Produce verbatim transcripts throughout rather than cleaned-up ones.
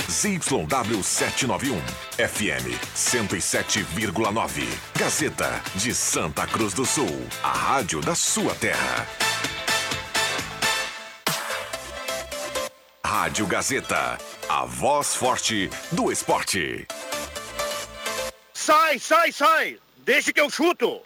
Z Y W setecentos e noventa e um, F M cento e sete vírgula nove. Gazeta de Santa Cruz do Sul, a rádio da sua terra. Rádio Gazeta, a voz forte do esporte. Sai, sai, sai! Deixa que eu chuto!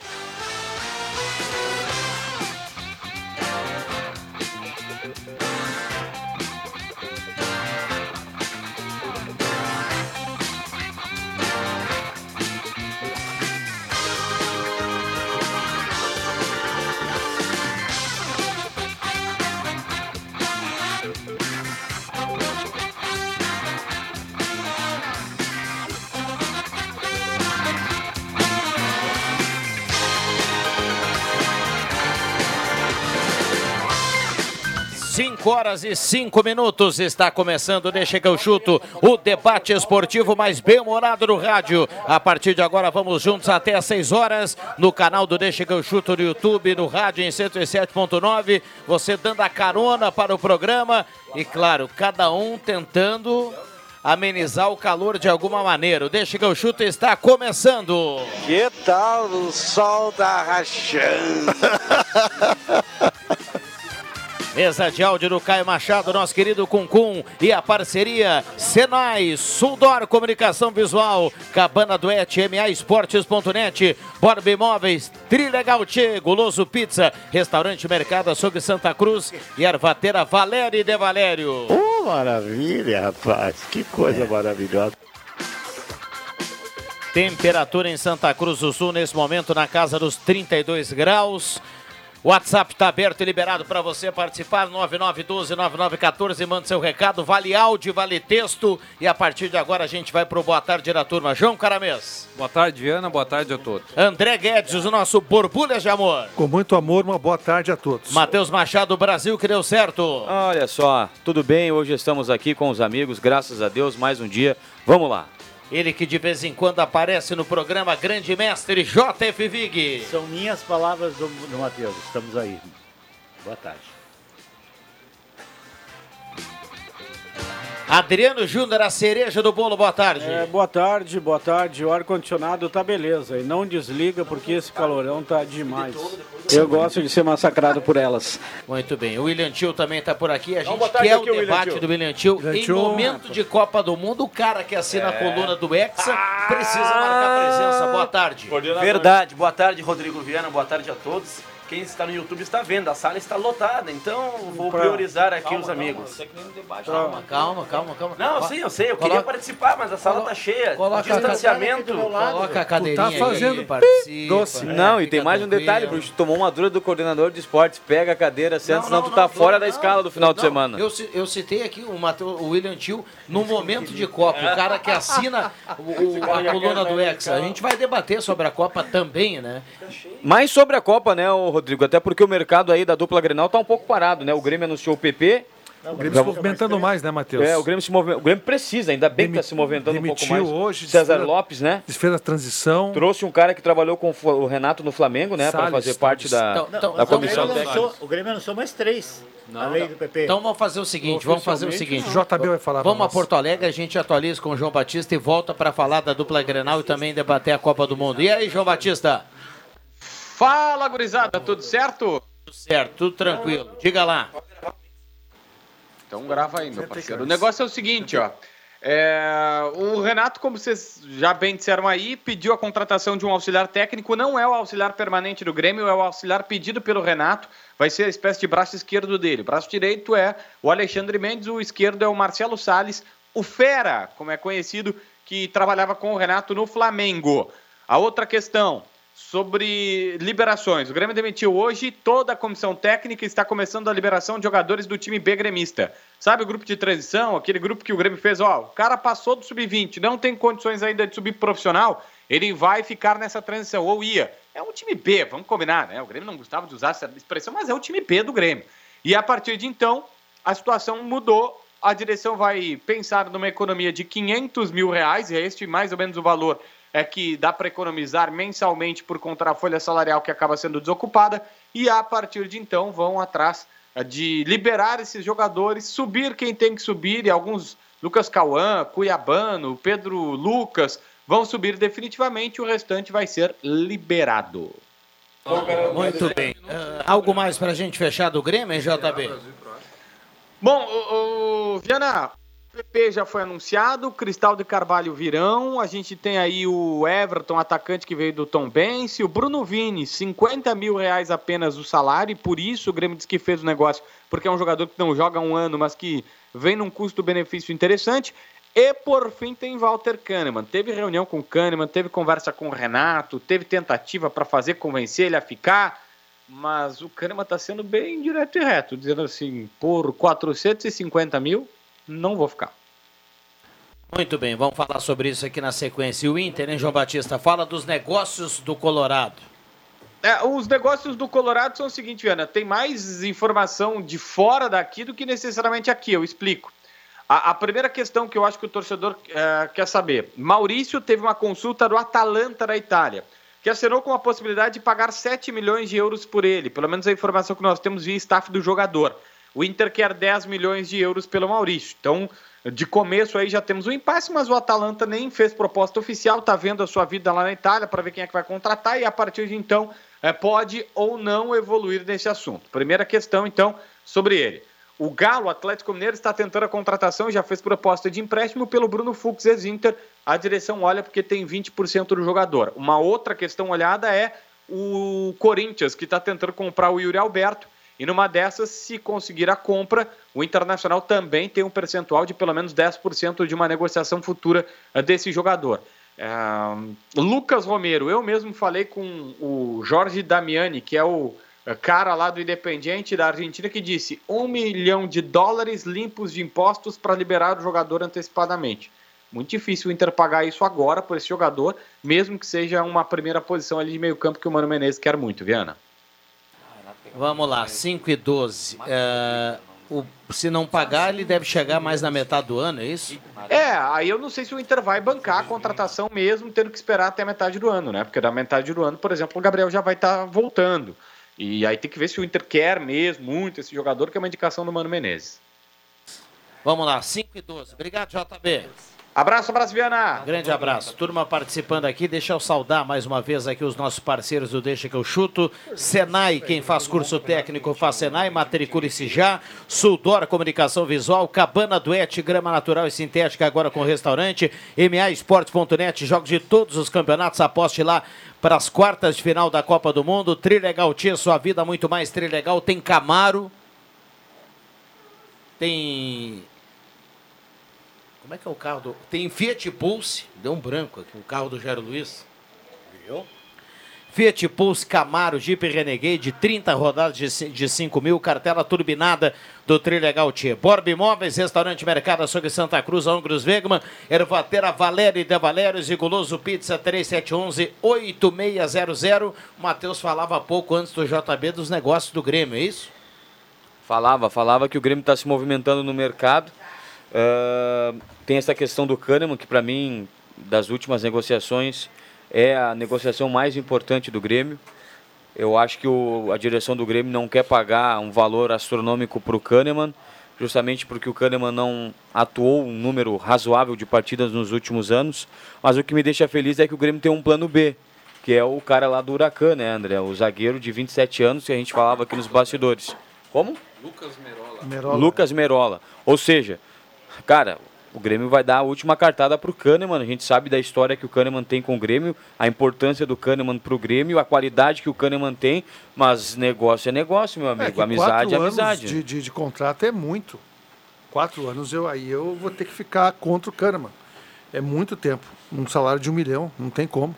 cinco horas e cinco minutos, está começando, deixa que eu chuto, o debate esportivo mais bem-humorado no rádio. A partir de agora vamos juntos até às seis horas, no canal do Deixa que eu chuto no YouTube, no rádio em cento e sete ponto nove, você dando a carona para o programa e, claro, cada um tentando amenizar o calor de alguma maneira. O Deixa que eu chuto está começando. Que tal o sol tá rachando? Mesa de áudio do Caio Machado, nosso querido Cuncum, e a parceria Senai, Suldor Comunicação Visual, Cabana Duete, M A Esportes ponto net, Borba Imóveis, Trilegal Tchê, Guloso Pizza, Restaurante Mercado Açougue Santa Cruz e Ervateira Valério de Valério. Oh, maravilha, rapaz, que coisa é. maravilhosa. Temperatura em Santa Cruz do Sul nesse momento na casa dos trinta e dois graus. O WhatsApp está aberto e liberado para você participar, nove nove um dois, nove nove um quatro, manda seu recado, vale áudio, vale texto, e a partir de agora a gente vai pro Boa Tarde da Turma. João Caramês. Boa tarde, Viana, boa tarde a todos. André Guedes, o nosso Borbulhas de Amor. Com muito amor, uma boa tarde a todos. Matheus Machado, Brasil, que deu certo. Olha só, tudo bem, hoje estamos aqui com os amigos, graças a Deus, mais um dia, vamos lá. Ele que de vez em quando aparece no programa, grande mestre J F Vig. São minhas palavras do, do Matheus. Estamos aí. Boa tarde. Adriano Júnior, a cereja do bolo, boa tarde. É, boa tarde, boa tarde. O ar-condicionado tá beleza. E não desliga porque esse calorão tá demais. Eu gosto de ser massacrado por elas. Muito bem. O William Tio também tá por aqui. A gente quer o debate do William Tio. Em momento de Copa do Mundo, o cara que assina a coluna do Hexa precisa marcar presença. Boa tarde. Verdade. Boa tarde, Rodrigo Viana. Boa tarde a todos. Quem está no YouTube está vendo, a sala está lotada, então vou priorizar aqui calma, os amigos. Calma, calma, calma, calma, calma. Não, eu sei, eu sei, eu coloca, queria participar, mas a sala está cheia. Coloca distanciamento. A coloca a cadeirinha tá fazendo aí, participa. Doce. Não, e tem mais um detalhe, Bruxo, tomou uma dura do coordenador de esportes, pega a cadeira, senta, senão tu tá não, fora não, da escala do final não, de semana. Eu, eu citei aqui o, Mateu, o William Tio no momento de Copa, o cara que assina o, o, a coluna do Hexa. A gente vai debater sobre a Copa também, né? Mais sobre a Copa, né, Rodrigo, até porque o mercado aí da dupla Grenal tá um pouco parado, né? O Grêmio anunciou o P P. O Grêmio se movimentando mais, né, Matheus? É, o Grêmio se movimenta. O Grêmio precisa, ainda bem Demi... que está se movimentando um pouco mais. Hoje, César desfez... Lopes, né? Desfez a transição. Trouxe um cara que trabalhou com o Renato no Flamengo, né? Para fazer parte da, então, então, da comissão técnica. O Grêmio anunciou mais três. Não, além do P P. Então vamos fazer o seguinte, vamos fazer o seguinte. O J B vai falar. Vamos a Porto Alegre, a gente atualiza com o João Batista e volta para falar da dupla Grenal e também debater a Copa do Mundo. E aí, João Batista? Fala, gurizada, tudo certo? Tudo certo, tudo tranquilo. Diga lá. Então grava aí, meu parceiro. O negócio é o seguinte, ó. É, o Renato, como vocês já bem disseram aí, pediu a contratação de um auxiliar técnico. Não é o auxiliar permanente do Grêmio, é o auxiliar pedido pelo Renato. Vai ser a espécie de braço esquerdo dele. O braço direito é o Alexandre Mendes, o esquerdo é o Marcelo Salles, o Fera, como é conhecido, que trabalhava com o Renato no Flamengo. A outra questão sobre liberações. O Grêmio demitiu hoje toda a comissão técnica e está começando a liberação de jogadores do time B gremista. Sabe o grupo de transição, aquele grupo que o Grêmio fez? Ó, o cara passou do sub vinte, não tem condições ainda de subir profissional, ele vai ficar nessa transição, ou ia. É um time B, vamos combinar, né? O Grêmio não gostava de usar essa expressão, mas é o time B do Grêmio. E a partir de então, a situação mudou, a direção vai pensar numa economia de quinhentos mil reais, e é este mais ou menos o valor é que dá para economizar mensalmente por conta da folha salarial que acaba sendo desocupada, e a partir de então vão atrás de liberar esses jogadores, subir quem tem que subir, e alguns Lucas Cauã, Cuiabano, Pedro Lucas vão subir definitivamente, o restante vai ser liberado. Muito bem. Uh, algo mais para a gente fechar do Grêmio, hein, J B? Bom, o, o Viana, o P P já foi anunciado, o Cristal de Carvalho virão, a gente tem aí o Everton, atacante que veio do Tombense, o Bruno Vini, cinquenta mil reais apenas o salário, e por isso o Grêmio diz que fez o negócio, porque é um jogador que não joga há um ano, mas que vem num custo-benefício interessante. E por fim tem Walter Kahneman. Teve reunião com o Kahneman, teve conversa com o Renato, teve tentativa para fazer convencer ele a ficar, mas o Kahneman está sendo bem direto e reto, dizendo assim, por quatrocentos e cinquenta mil, não vou ficar. Muito bem, vamos falar sobre isso aqui na sequência. E o Inter, hein, João Batista? Fala dos negócios do Colorado. É, os negócios do Colorado são o seguinte, Viana, tem mais informação de fora daqui do que necessariamente aqui, eu explico. A, a primeira questão que eu acho que o torcedor é, quer saber, Maurício teve uma consulta do Atalanta da Itália, que assinou com a possibilidade de pagar sete milhões de euros por ele, pelo menos a informação que nós temos via staff do jogador. O Inter quer dez milhões de euros pelo Maurício, então de começo aí já temos um impasse, mas o Atalanta nem fez proposta oficial, está vendo a sua vida lá na Itália para ver quem é que vai contratar e a partir de então é, pode ou não evoluir nesse assunto. Primeira questão então sobre ele. O Galo, o Atlético Mineiro, está tentando a contratação e já fez proposta de empréstimo pelo Bruno Fux, ex-Inter. A direção olha porque tem vinte por cento do jogador. Uma outra questão olhada é o Corinthians, que está tentando comprar o Yuri Alberto. E numa dessas, se conseguir a compra, o Internacional também tem um percentual de pelo menos dez por cento de uma negociação futura desse jogador. É... Lucas Romero, eu mesmo falei com o Jorge Damiani, que é o cara lá do Independiente da Argentina, que disse um milhão de dólares limpos de impostos para liberar o jogador antecipadamente. Muito difícil o Inter pagar isso agora por esse jogador, mesmo que seja uma primeira posição ali de meio campo que o Mano Menezes quer muito, Viana. Vamos lá, cinco e doze. É, o, se não pagar, ele deve chegar mais na metade do ano, é isso? É, aí eu não sei se o Inter vai bancar a contratação mesmo, tendo que esperar até a metade do ano, né? Porque da metade do ano, por exemplo, o Gabriel já vai estar voltando. E aí tem que ver se o Inter quer mesmo muito esse jogador, que é uma indicação do Mano Menezes. Vamos lá, cinco e doze. Obrigado, J B. Abraço, abraço, Viana. Grande abraço. Turma participando aqui. Deixa eu saudar mais uma vez aqui os nossos parceiros do Deixa que eu chuto. Senai, quem faz curso técnico faz Senai. Matricule-se já. Sudor Comunicação Visual. Cabana Duete, grama natural e sintética agora com restaurante. M A Esportes ponto net, jogos de todos os campeonatos. Aposte lá para as quartas de final da Copa do Mundo. Trilegal Tia, sua vida muito mais Trilegal. Tem Camaro. Tem... Como é que é o carro do... Tem Fiat Pulse. Deu um branco aqui, o carro do Jairo Luiz. Viu? Fiat Pulse, Camaro, Jeep Renegade, trinta rodadas de cinco mil, cartela turbinada do Trilegal Tia. Borba Imóveis, Restaurante Mercado Açougue Santa Cruz, Ongros Wegman, Ervatera Valério de Valérios e Guloso Pizza três sete um um, oito seis zero zero. O Matheus falava há pouco antes do J B dos negócios do Grêmio, é isso? Falava, falava que o Grêmio está se movimentando no mercado. Uh, tem essa questão do Kahneman, que para mim, das últimas negociações, é a negociação mais importante do Grêmio. Eu acho que o, a direção do Grêmio não quer pagar um valor astronômico para o Kahneman, justamente porque o Kahneman não atuou um número razoável de partidas nos últimos anos. Mas o que me deixa feliz é que o Grêmio tem um plano B, que é o cara lá do Huracan, né, André? O zagueiro de vinte e sete anos que a gente falava aqui nos bastidores. Como? Lucas Merola. Merola. Lucas Merola. Ou seja, cara, o Grêmio vai dar a última cartada pro Kahneman. A gente sabe da história que o Kahneman tem com o Grêmio, a importância do Kahneman pro Grêmio, a qualidade que o Kahneman tem, mas negócio é negócio, meu amigo. É, amizade é amizade. De, de, de contrato é muito. Quatro anos eu, aí eu vou ter que ficar contra o Kahneman. É muito tempo. Um salário de um milhão, não tem como.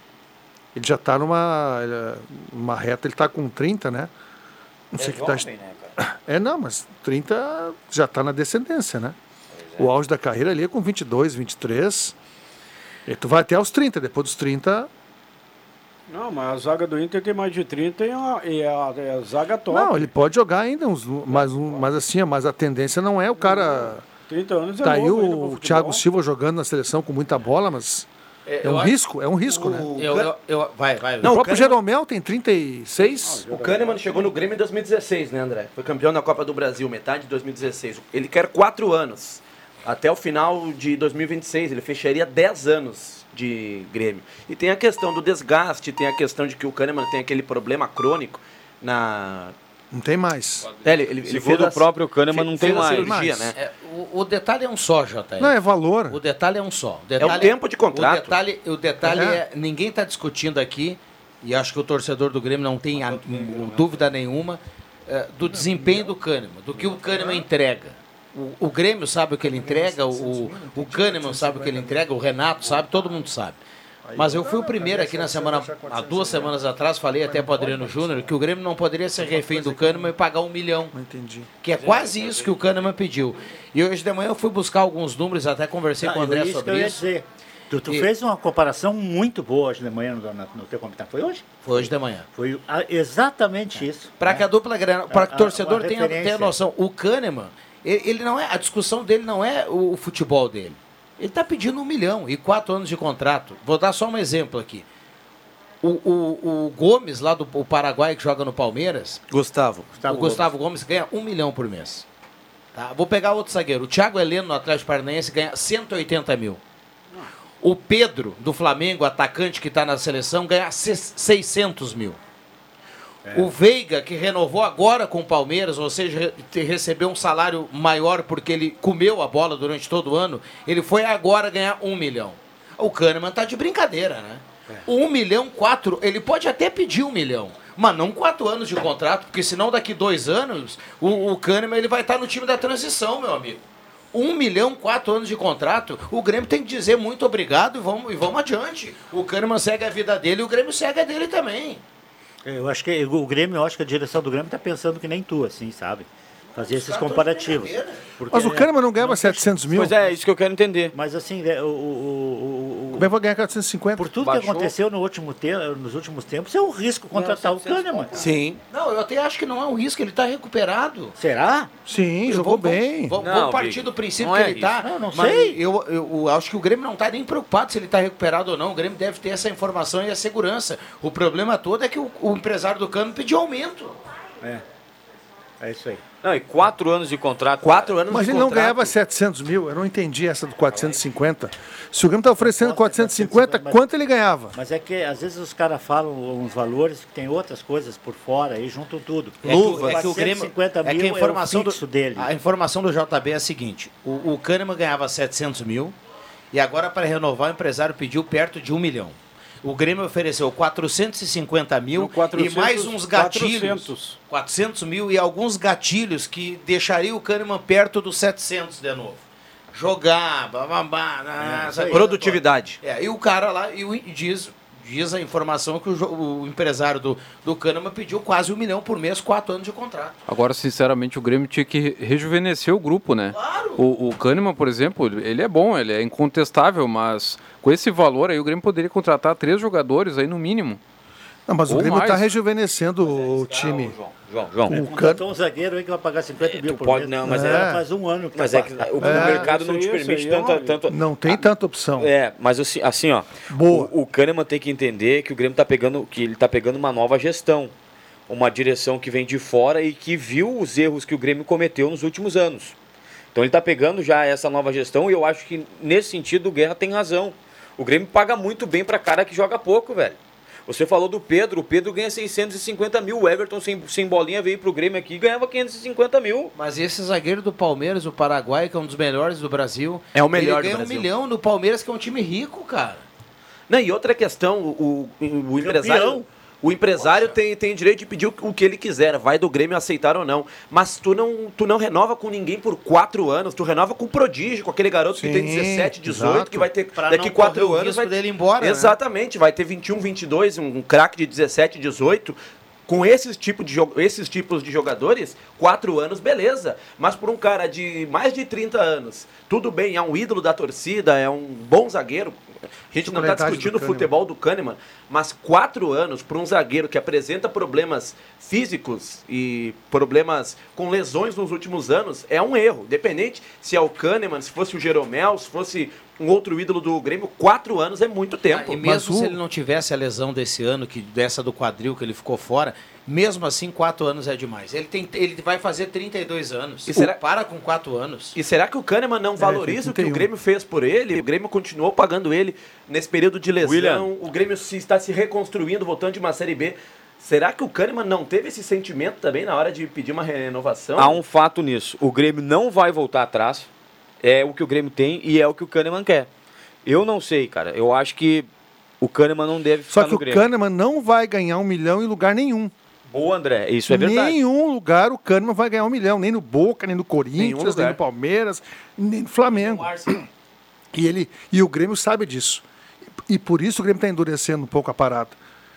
Ele já está numa uma reta, ele está com trinta, né? Não sei é que tá... jovem, né, cara? É, não, mas trinta já está na descendência, né? É. O auge da carreira ali é com vinte e dois, vinte e três. E tu vai até aos trinta, depois dos trinta... Não, mas a zaga do Inter tem mais de trinta e a, e a, e a zaga top. Não, ele pode jogar ainda, uns, mas, um, mas assim, mas a tendência não é o cara... trinta anos é tá aí novo o Thiago Silva jogando na seleção com muita bola, mas... É, é um risco, é um risco, o, né? Eu, eu, eu, vai, vai. Não, o próprio Kahneman... Jeromel tem trinta e seis. O Kahneman chegou no Grêmio em dois mil e dezesseis, né, André? Foi campeão da Copa do Brasil, metade de dois mil e dezesseis. Ele quer quatro anos. Até o final de dois mil e vinte e seis, ele fecharia dez anos de Grêmio. E tem a questão do desgaste, tem a questão de que o Kahneman tem aquele problema crônico na... Não tem mais. É, ele, ele, ele Segundo o próprio Kahneman, não tem mais. Cirurgia, né? É, o, o detalhe é um só, J R. Não, é valor. O detalhe é um só. O É detalhe o tempo de contrato. O detalhe, o detalhe É. é, ninguém está discutindo aqui, e acho que o torcedor do Grêmio não tem a, um, dúvida nenhuma, é, do desempenho do Kahneman, do que o Kahneman entrega. O, o Grêmio sabe o que ele entrega, o, o Kahneman sabe o que ele entrega, o Renato sabe, todo mundo sabe. Mas eu fui o primeiro aqui na semana, há duas semanas atrás, falei até para o Adriano Júnior que o Grêmio não poderia ser refém do Kahneman e pagar um milhão. Não entendi. Que é quase isso que o Kahneman pediu. E hoje de manhã eu fui buscar alguns números, até conversei Ah, com o André isso sobre que eu ia isso. dizer. Tu, tu E- fez uma comparação muito boa hoje de manhã no, no, no teu comentário. Foi hoje? Foi hoje de manhã. Foi ah, exatamente isso. Para né? que a dupla Grenal, para que A- o torcedor uma tenha, tenha referência. noção, o Kahneman, ele, ele não é, a discussão dele não é o, o futebol dele. Ele está pedindo um milhão e quatro anos de contrato. Vou dar só um exemplo aqui. O, o, o Gomes, lá do o Paraguai, que joga no Palmeiras, Gustavo. Gustavo o Gustavo Gomes. ganha um milhão por mês. Tá? Vou pegar outro zagueiro. O Thiago Heleno, no Atlético Paranaense, ganha cento e oitenta mil. O Pedro, do Flamengo, atacante que está na seleção, ganha seiscentos mil. O Veiga, que renovou agora com o Palmeiras, ou seja, re- recebeu um salário maior porque ele comeu a bola durante todo o ano, ele foi agora ganhar um milhão. O Kahneman tá de brincadeira, né? Um milhão, quatro, ele pode até pedir um milhão, mas não quatro anos de contrato, porque senão daqui dois anos o, o Kahneman ele vai estar no time da transição, meu amigo. Um milhão, quatro anos de contrato, o Grêmio tem que dizer muito obrigado e vamos, e vamos adiante. O Kahneman segue a vida dele e o Grêmio segue a dele também. Eu acho que o Grêmio, eu acho que a direção do Grêmio está pensando que nem tu, assim, sabe? Fazer esses comparativos. Porque, Mas o Kahneman não ganhava setecentos mil. Pois é, isso que eu quero entender. Mas assim, né, o, o, o, o- Como é que vai ganhar quatrocentos e cinquenta? por tudo Baixou. que aconteceu no último te nos últimos tempos, é um risco contratar o Kahneman. Sim. Não, eu até acho que não é um risco, ele está recuperado. Será? Sim, Eu jogou vou- bem. Vamos, Não, vamos partir Big, do princípio não que é ele está. isso. Não, não mas sei. Eu, eu, eu acho que o Grêmio não está nem preocupado se ele está recuperado ou não. O Grêmio deve ter essa informação e a segurança. O problema todo é que o, o empresário do Cano pediu aumento. É. É isso aí. Não, e quatro anos de contrato. Quatro anos Mas de ele não contrato. ganhava setecentos mil. Eu não entendi essa do quatrocentos e cinquenta. Se o Grêmio está oferecendo quatrocentos e cinquenta, quanto ele ganhava? Mas é que às vezes os caras falam uns valores que tem outras coisas por fora e juntam tudo. É que, o- é que o Grêmio. quatrocentos e cinquenta É que a mil informação, é o fixo do, dele. a informação do J B é a seguinte: o, o Kahneman ganhava setecentos mil e agora, para renovar, o empresário pediu perto de um milhão. O Grêmio ofereceu quatrocentos e cinquenta mil Não, quatrocentos, e mais uns gatilhos. quatrocentos. quatrocentos mil e alguns gatilhos que deixariam o Kahneman perto dos setecentos de novo. Jogar, bababá, É, sabe? Produtividade. É, e o cara lá e o- e diz, diz a informação que o, jo- o empresário do, do Kahneman pediu quase um milhão por mês, quatro anos de contrato. Agora, sinceramente, o Grêmio tinha que rejuvenescer o grupo, né? Claro. O, o Kahneman, por exemplo, ele é bom, ele é incontestável, mas com esse valor aí o Grêmio poderia contratar três jogadores aí no mínimo. Não, mas o Ou Grêmio está mais. rejuvenescendo o time. João, João. O Contratou um zagueiro aí que vai pagar cinquenta mil tu por pode- mês. não, mas é. é- faz um ano que Mas tá é que pagando. o, o É. mercado não te Isso aí, permite isso aí, tanta, ó. tanto. Não tem tanta opção. É, mas assim, assim ó, Boa. O, o Kahneman tem que entender que o Grêmio tá pegando, que ele tá pegando uma nova gestão, uma direção que vem de fora e que viu os erros que o Grêmio cometeu nos últimos anos. Então ele tá pegando já essa nova gestão e eu acho que nesse sentido o Guerra tem razão. O Grêmio paga muito bem pra cara que joga pouco, velho. Você falou do Pedro, o Pedro ganha seiscentos e cinquenta mil, o Everton sem, sem bolinha veio pro Grêmio aqui e ganhava quinhentos e cinquenta mil. Mas esse zagueiro do Palmeiras, o Paraguai, que é um dos melhores do Brasil, É o melhor ele do ganha um Brasil. milhão no Palmeiras, que é um time rico, cara. Não, e outra questão, o, o, o empresário, o empresário tem, tem direito de pedir o, o que ele quiser, vai do Grêmio aceitar ou não. Mas tu não, tu não renova com ninguém por quatro anos, tu renova com o prodígio, com aquele garoto que tem Sim, dezessete, dezoito, exato. que vai ter Pra daqui não quatro correr o anos. risco Vai dele ir embora, né? Exatamente, vai ter vinte e um, vinte e dois, um, um craque de dezessete, dezoito. Com esses, tipo de, jo- esses tipos de jogadores, quatro anos, beleza. Mas por um cara de mais de trinta anos, tudo bem, é um ídolo da torcida, é um bom zagueiro. A gente não está Qualidade discutindo do o futebol do Kahneman, mas quatro anos para um zagueiro que apresenta problemas físicos e problemas com lesões nos últimos anos é um erro. Independente se é o Kahneman, se fosse o Jeromel, se fosse um outro ídolo do Grêmio, quatro anos é muito tempo. Ah, e mesmo se ele não tivesse a lesão desse ano, que dessa do quadril que ele ficou fora, mesmo assim, quatro anos é demais. Ele, tem, ele vai fazer trinta e dois anos. E será... Para com quatro anos. E será que o Kahneman não valoriza é, o que o Grêmio fez por ele? O Grêmio continuou pagando ele nesse período de lesão. William. O Grêmio se, está se reconstruindo, voltando de uma Série B. Será que o Kahneman não teve esse sentimento também na hora de pedir uma renovação? Há um fato nisso. O Grêmio não vai voltar atrás. É o que o Grêmio tem e é o que o Kahneman quer. Eu não sei, cara. Eu acho que o Kahneman não deve ficar no Grêmio. Só que o Kahneman não vai ganhar um milhão em lugar nenhum. Boa, André. Isso é verdade. Nenhum lugar o Kahneman vai ganhar um milhão. Nem no Boca, nem no Corinthians, nem no Palmeiras, nem no Flamengo. E, ele, e o Grêmio sabe disso. E por isso o Grêmio está endurecendo um pouco a parada.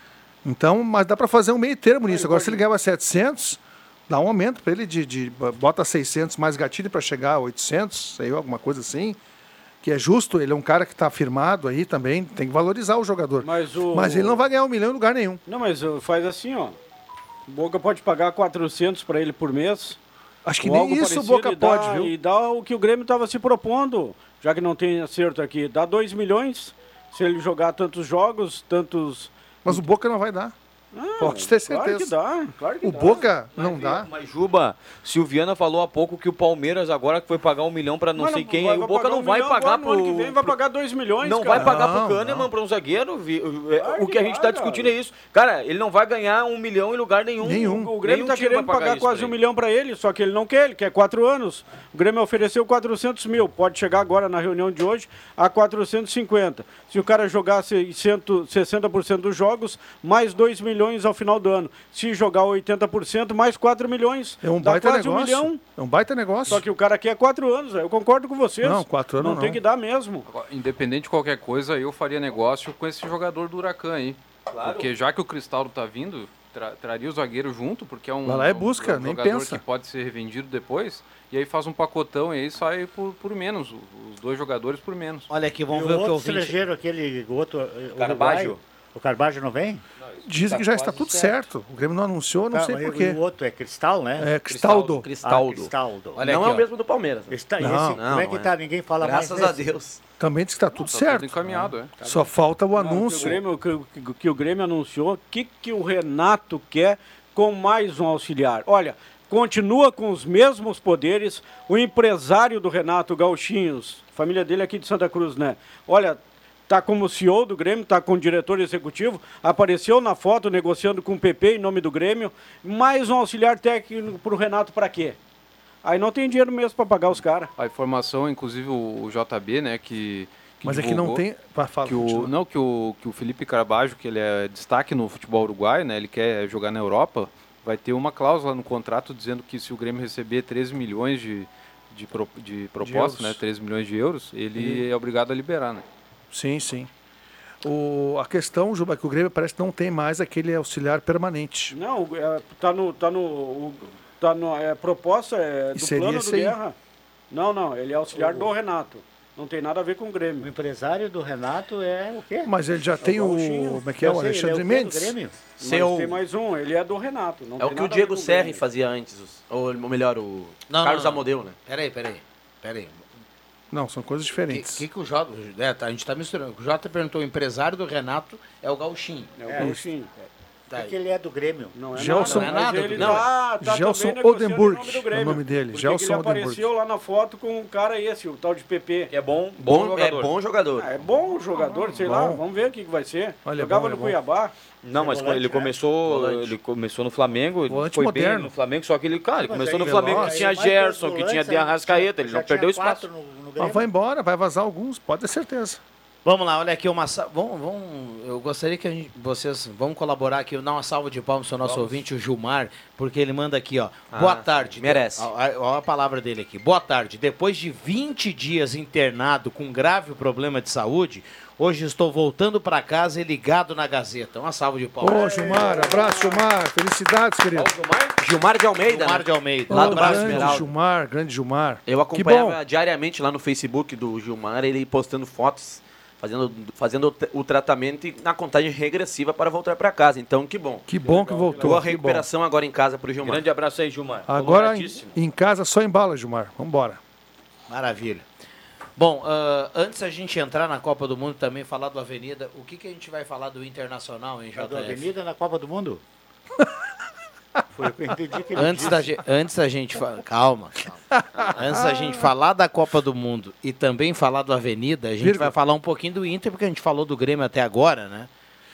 Então, mas dá para fazer um meio termo nisso. Agora, se ele ganhar setecentos, dá um aumento para ele de, de... Bota seiscentos mais gatilho para chegar a oitocentos, sei, alguma coisa assim. Que é justo, ele é um cara que está firmado aí também, tem que valorizar o jogador. Mas, o... mas ele não vai ganhar um milhão em lugar nenhum. Não, mas faz assim, ó. O Boca pode pagar quatrocentos para ele por mês. Acho que nem isso o Boca pode, dá, viu? E dá o que o Grêmio estava se propondo, já que não tem acerto aqui. Dá dois milhões se ele jogar tantos jogos, tantos... Mas o Boca não vai dar. Ah, pode ter certeza. Claro que dá, claro que o dá. Boca não mas, dá. Mas, Juba, Silviana falou há pouco que o Palmeiras agora que foi pagar um milhão para não mas sei não, quem, vai, aí o Boca não um vai pagar pro... ano que vem vai pro... pagar dois milhões, Não cara. vai pagar não, pro Kahneman, para um zagueiro. Claro o que a gente vai, está discutindo é isso. Cara, ele não vai ganhar um milhão em lugar nenhum. Nenhum. O Grêmio está querendo pagar, pagar quase um ele. milhão para ele, só que ele não quer, ele quer quatro anos. O Grêmio ofereceu quatrocentos mil, pode chegar agora na reunião de hoje a quatrocentos e cinquenta. Se o cara jogar sessenta por cento dos jogos, mais dois milhões ao final do ano. Se jogar oitenta por cento, mais quatro milhões. É um dá baita quase negócio. Um milhão. É um baita negócio. Só que o cara quer quatro anos, eu concordo com vocês. Não, quatro anos não. não. Tem que dar mesmo. Independente de qualquer coisa, eu faria negócio com esse jogador do Huracan aí. Claro. Porque já que o Cristaldo tá vindo, tra traria o zagueiro junto, porque é um, Vai lá é busca, um, um nem jogador pensa. que pode ser revendido depois, e aí faz um pacotão e aí sai por, por menos, os dois jogadores por menos. Olha aqui, vamos e ver o o que outro eu vi. estrangeiro, aquele outro... Carbajo. O Carbajo não vem? Dizem que já está tudo certo. certo. O Grêmio não anunciou, não tá, sei porquê. O outro é Cristal, né? É Cristaldo. Cristaldo. Ah, Cristaldo. Olha não aqui, é o mesmo do Palmeiras. Né? Está, não, esse, não, como é que não tá? é. Ninguém fala Graças mais Graças a desse. Deus. Também diz que está tudo não, tá certo. Tudo encaminhado, é. Só falta o Não, anúncio. Que o, Grêmio, que, que, que o Grêmio anunciou, o que, que o Renato quer com mais um auxiliar? Olha, continua com os mesmos poderes, o empresário do Renato, Gauchinhos, família dele aqui de Santa Cruz, né? Olha, tá como C E O do Grêmio, tá com o diretor executivo, apareceu na foto negociando com o P P em nome do Grêmio, mais um auxiliar técnico pro Renato para quê? Aí não tem dinheiro mesmo para pagar os caras. A informação, inclusive o, o J B, né, que... que Mas é que não tem... Vai, fala, que o, não, que o, que o Felipe Carbajo, que ele é destaque no futebol uruguaio, né, ele quer jogar na Europa, vai ter uma cláusula no contrato dizendo que se o Grêmio receber treze milhões de, de, pro, de proposta, de né, treze milhões de euros, ele uhum. é obrigado a liberar, né? Sim, sim. O, a questão, Juba, é que o Grêmio parece que não tem mais aquele auxiliar permanente. Não, é, tá no... Tá no Tá no, é, proposta é, do plano do Guerra. Não, não, ele é auxiliar o... do Renato. Não tem nada a ver com o Grêmio. O empresário do Renato é o quê? Mas ele já é tem o... Como é que é? O Alexandre Mendes. Seu... Mas tem mais um, ele é do Renato. Não é o que o Diego Serri fazia antes. Ou melhor, o não, Carlos não, não. Amodeu, né? Peraí, peraí. Peraí. Não, são coisas diferentes. O que, que, que o Jota... É, tá, a gente está misturando. O Jota perguntou, o empresário do Renato é o Gauchinho. É o é, Gauchinho. Tá porque ele é do Grêmio. Não é Gelson, nada, não é nada. Ele não. Tá, tá Gelson Oldenburg é o nome dele. Porque Gelson ele Oldenburg. apareceu lá na foto com um cara esse, o tal de P P. Que é bom, bom, bom jogador. É bom jogador. Ah, é bom jogador, ah, sei bom. lá. Vamos ver o que, que vai ser. Olha, Jogava bom, no é Cuiabá. Não, mas volante, ele começou, né? ele começou no Flamengo, volante foi moderno. bem no Flamengo, só que ele, cara, ele mas começou no aí, Flamengo ó, que tinha Gerson, que tinha De Arrascaeta, ele não perdeu espaço. No, no mas vai embora, vai vazar alguns, pode ter certeza. Vamos lá, olha aqui uma vamos, vamos, eu gostaria que a gente, vocês vão colaborar aqui, dar uma salva de palmas para o nosso vamos. ouvinte, o Gilmar, porque ele manda aqui, ó. Ah, boa tarde. Merece. Olha a palavra dele aqui. Boa tarde. Depois de vinte dias internado com grave problema de saúde, hoje estou voltando para casa e ligado na Gazeta. Uma salva de palmas. Ô, Gilmar, abraço, Gilmar. Felicidades, querido. Ô, Gilmar? Gilmar de Almeida. Gilmar né? de Almeida. Lá do Braço grande Esmeralda. Gilmar, grande Gilmar. Eu acompanhava diariamente lá no Facebook do Gilmar, ele postando fotos, fazendo, fazendo o tratamento e na contagem regressiva para voltar para casa. Então, que bom. Que bom que voltou. Boa recuperação agora em casa para o Gilmar. Grande abraço aí, Gilmar. Agora em, em casa só embala, Gilmar. Vamos embora. Maravilha. Bom, uh, antes da gente entrar na Copa do Mundo também, falar do Avenida, o que, que a gente vai falar do Internacional, hein, J F? Do Avenida na Copa do Mundo? Foi o que eu entendi que ele Antes da, ge- antes da gente falar... Calma, calma. Antes da gente falar da Copa do Mundo e também falar do Avenida, a gente Vírgula. vai falar um pouquinho do Inter, porque a gente falou do Grêmio até agora, né?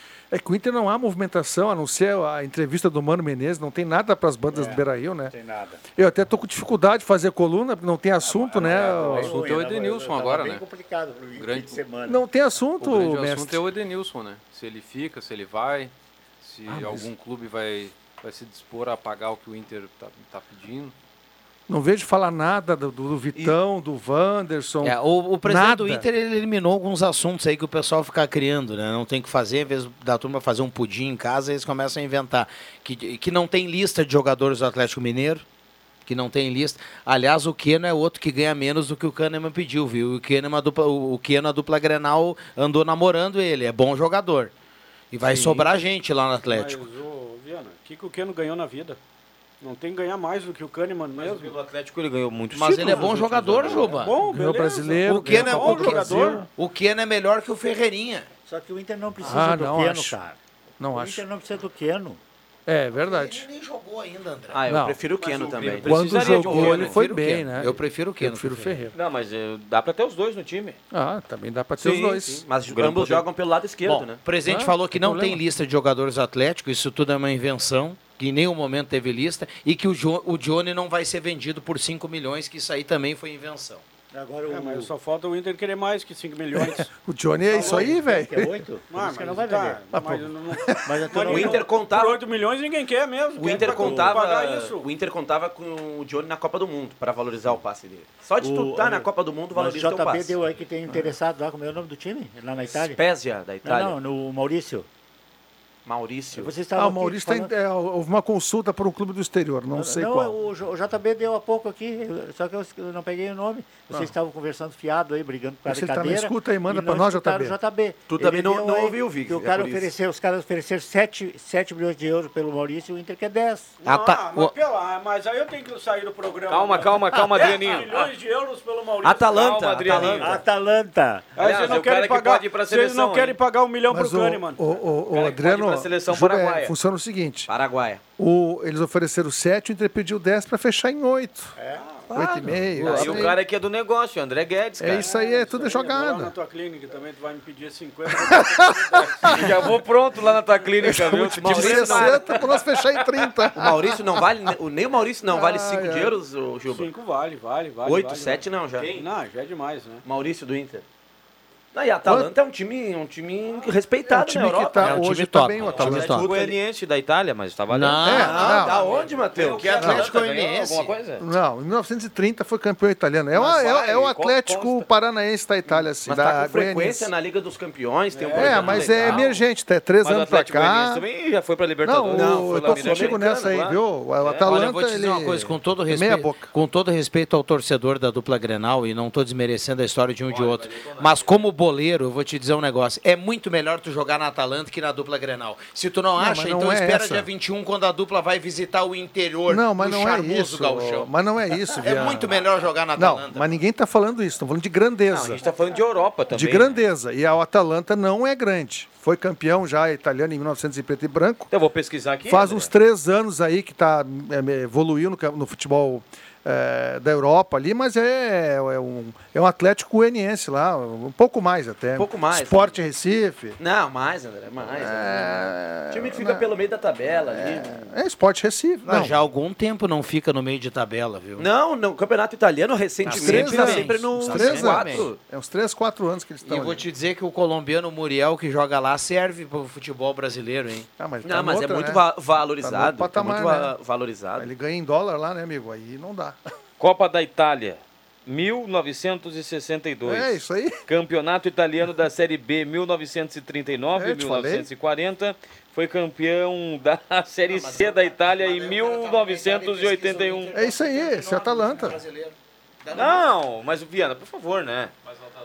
É que o Inter não há movimentação, a não ser a entrevista do Mano Menezes, não tem nada para as bandas É, do Beira-Rio, né? Não tem nada. Eu até tô com dificuldade de fazer coluna, porque não tem assunto, né? O assunto é o Edenilson agora, bem né? complicado pro fim Grande- de semana. Não tem assunto, O grande mestre. assunto é o Edenilson, né? Se ele fica, se ele vai, se Ah, mas- algum clube vai, vai se dispor a pagar o que o Inter tá, tá pedindo. Não vejo falar nada do, do Vitão, do Wanderson. É, o, o presidente nada. do Inter ele eliminou alguns assuntos aí que o pessoal fica criando, né? Não tem o que fazer, em vez da turma fazer um pudim em casa, eles começam a inventar. Que, que não tem lista de jogadores do Atlético Mineiro, que não tem lista. Aliás, o Keno é outro que ganha menos do que o Kahneman pediu, viu? O Keno, é uma dupla, o, o Keno, a dupla Grenal, andou namorando ele, é bom jogador. E vai Sim. sobrar gente lá no Atlético. Mas, ô, Viana, o que, que o Keno ganhou na vida? Não tem que ganhar mais do que o Kahneman mesmo. Pelo Atlético ele ganhou muito. Mas ele é bom jogador, Juba. Bom, Ganhou beleza. brasileiro, O Keno é ganhou bom Copa do jogador. Brasil. O Keno é melhor que o Ferreirinha. Só que o Inter não precisa Ah, do não Keno, acho. cara. Não o acho. Inter não precisa do Keno. É verdade. Ele nem jogou ainda, André. Ah, eu Não. prefiro o Keno também. Quando Precisaria de jogou, um ele Keno. foi Prefiro o bem, Keno. né? Eu prefiro o Keno. Eu prefiro o Ferreira. Não, mas eh, dá pra ter os dois no time. Ah, também dá para ter os dois. Sim, mas O grande ambos poder. jogam pelo lado esquerdo, Bom, né? o presidente Ah, falou que não não tem tem problema. lista de jogadores atléticos, isso tudo é uma invenção, que em nenhum momento teve lista, e que o, jo o Johnny não vai ser vendido por cinco milhões, que isso aí também foi invenção. Agora o... É, mas só falta o Inter querer mais que cinco milhões. O Johnny é isso aí, velho. Que é oito? Por Ah, isso que mas não vai tá, vender. mas não- Mas eu tô mas O no- Inter contava- Por oito milhões ninguém quer mesmo. O Quer Inter pra- contava, pagar isso. o Inter contava com o Johnny na Copa do Mundo para valorizar o passe dele. Só de tu O- estar na Copa do Mundo Mas o valoriza o teu J B passe. deu aí que tem interessado lá, como é o nome do time? Lá na Itália? Spezia da Itália. Não, não, no Maurício. Maurício. Vocês estavam Ah, o aqui Maurício tá em- falando- é, houve uma consulta para um clube do exterior, não sei não, qual. O, J- o J B deu há pouco aqui, só que eu, eu não peguei o nome. Vocês Ah. estavam conversando fiado aí, brigando por Mas causa ele da também cadeira. escuta aí, manda e pra não nós, escutaram J B. o J B. Tu Ele também não- deu não aí ouviu, Vic, que o é cara por isso. ofereceu, os caras ofereceram sete milhões de euros pelo Maurício e o Inter quer dez. Ah, tá- mas, o- pela, mas aí eu tenho que sair do programa. Calma, calma, calma, dez Adrianinho. milhões de euros pelo Maurício. Atalanta, Calma, Adrianinho. Atalanta. Atalanta. Aí Aliás, vocês é não o cara querem que pagar, pode ir pra vocês não seleção, querem hein? pagar um milhão Mas pro o, Kahneman. o, o, o Cara que Adriano, pode ir pra seleção Juba, é, paraguaia. funciona o seguinte, Paraguaia. o, eles ofereceram sete, o Inter pediu dez para fechar em oito. É, oito e meio. Aí isso o aí. cara que é do negócio, André Guedes, cara. É isso aí, é tudo Isso aí, eu vou Lá na jogada. tua clínica também, tu vai me pedir cinquenta. Já vou pronto lá na tua clínica, viu? De Maurício, sessenta para nós fechar em trinta. O Maurício não vale, o- nem o Maurício não vale Ah, cinco é. de euros, o Juba. Cinco vale, vale, vale. oito, vale, sete não já. vale. Não, já é demais, né? Maurício do Inter. Não, e a Atalanta é um time, um time respeitado É um time na que Europa. tá É um hoje time tá top, bem o é um time Atalanta. top. O Goianiense da Itália, mas tá valendo. Não, É, Ah, não. da onde, Matheus? Que Atlético Ganhou Goianiense. alguma coisa? Não, em mil novecentos e trinta foi campeão italiano. É, o- Mas é, o- vai, é o co- Atlético consta. Paranaense da Itália, assim, Mas da tá com frequência Goianiense. na Liga dos Campeões, tem um É, projeto mas é legal. emergente, tá? É três Mas o anos pra Atlético Goianiense cá. também já foi pra Não, Libertadores. o- Não, foi eu lá tô no contigo Sul-Americano, nessa aí, claro. viu? O Olha, Atalanta, eu vou te dizer ele... uma coisa, com todo, meia respeito, boca. com todo respeito ao torcedor da dupla Grenal, e não estou desmerecendo a história de um e de outro, mas como boleiro, eu vou te dizer um negócio, é muito melhor tu jogar na Atalanta que na dupla Grenal. Se tu não, Não, acha, mas não então é espera essa. dia vinte e um, quando a dupla vai visitar o interior Não, mas do não é charmoso isso. gauchão. Mas não é isso, É Viana. muito melhor jogar na Não, Atalanta. mas ninguém tá falando isso, estão falando de Não, grandeza. a gente tá falando de Europa também. de grandeza. E a Atalanta não é grande. Foi campeão já italiano em mil e novecentos em preto e branco. Então eu vou pesquisar aqui. Faz André. uns três anos aí que tá, é, evoluiu no, no futebol é, da Europa ali, mas é, é, um, é um Atlético Goianiense lá, um pouco mais até. Um pouco mais. Sport Recife. Não, mais, André, mais. É, time que fica pelo meio da tabela ali. é Sport Recife. Ah, Não, já há algum tempo não fica no meio de tabela, viu? Não, no campeonato italiano, recentemente, três tá anos. sempre no Uns Tá três sempre quatro. bem. é uns três, quatro anos que eles E estão eu vou ali. te dizer que o colombiano Muriel, que joga lá, serve pro futebol brasileiro, hein? Ah, mas Não, tá mas noutra, é muito né? va- Tá no valorizado. outro patamar, é muito va- né? valorizado. Ele ganha em dólar lá, né, amigo? Aí não dá. Copa da Itália, mil novecentos e sessenta e dois. É isso aí. Campeonato Italiano da Série B, mil novecentos e trinta e nove É, eu te mil novecentos e quarenta. Foi campeão da Série C da Itália em mil novecentos e oitenta e um. É isso aí, esse é Atalanta. Não, mas o Viana, por favor, né?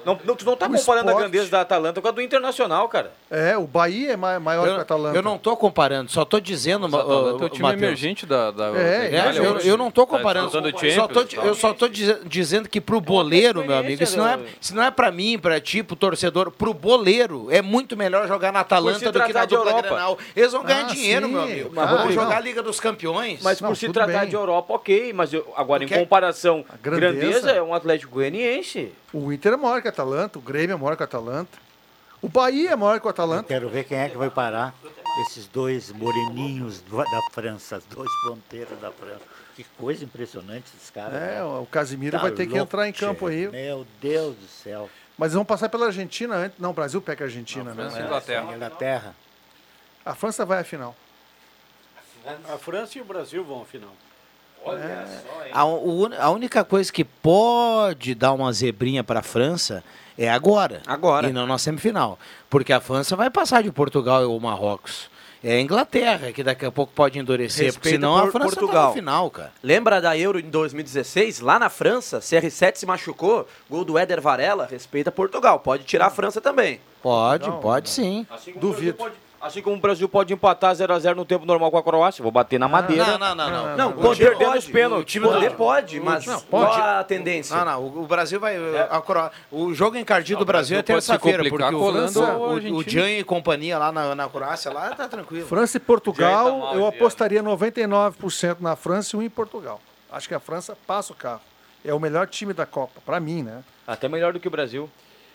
Não, não, tu não tá O comparando esporte- a grandeza da Atalanta com a do Internacional, cara. É, o Bahia é ma- maior que o Eu, Atalanta. eu não tô comparando, só tô dizendo, Mas o Atalanta é o ô, time Matheus. emergente da, da, É, da É, Itália eu, hoje. eu não tô Tá comparando. disputando só tô, Champions, eu só tô diz- dizendo que pro boleiro, meu amigo, se não é, se não é pra mim, pra ti, pro torcedor, pro boleiro, é muito melhor jogar na Atalanta se do que na tratar de dupla Europa. Grenal. Eles vão ganhar Ah, dinheiro, sim, meu amigo. mas Vão Rodrigo, jogar a não. Liga dos Campeões. Mas Não, por se tudo tratar bem. de Europa, ok. Mas eu, agora, em Porque comparação, a grandeza- grandeza é um Atlético Goianiense. O Inter é maior que o Atalanta, o Grêmio é maior que o Atalanta. O Bahia é maior que o Eu Atalanta. quero ver quem é que vai parar esses dois moreninhos do- da França, os dois ponteiros da França. Que coisa impressionante esses caras. É, né? o Casimiro Tá vai ter que louco, entrar em campo tchê. aí. Meu Deus do céu. Mas eles vão passar pela Argentina antes. Não, o Brasil pega a Argentina, França e né? Inglaterra. Inglaterra. A França vai à final. A França e o Brasil vão ao final. A, o- a única coisa que pode dar uma zebrinha para a França é agora. Agora. E não na semifinal. Porque a França vai passar de Portugal ou Marrocos. É a Inglaterra que daqui a pouco pode endurecer. Porque Respeita senão a por- França tá Portugal. no final, cara. Lembra da Euro em dois mil e dezesseis? Lá na França, C R sete se machucou, gol do Éder Varela, respeita Portugal. Pode tirar a França também. Pode, Não, pode sim. Assim como Duvido. O Brasil pode, assim como o Brasil pode empatar zero a zero no tempo normal com a Croácia. Vou bater na madeira. Não, não, não, não. Não, O poder time- pode. os pênaltis. O time poder do- pode, mas Não, qual pode. a tendência? Não, não. O, o Brasil vai. A Cro- o jogo encardido do o Brasil é Brasil pode se terça-feira, porque complicar o, com a Holanda França, ou a o, o Argentina. Jean e companhia lá na, na Croácia, lá tá tranquilo. França e Já tá Portugal, mal eu esse apostaria noventa e nove por cento na França e um em Portugal. Acho que a França passa o carro. É o melhor time da Copa, pra mim, né? Até melhor do que o Brasil.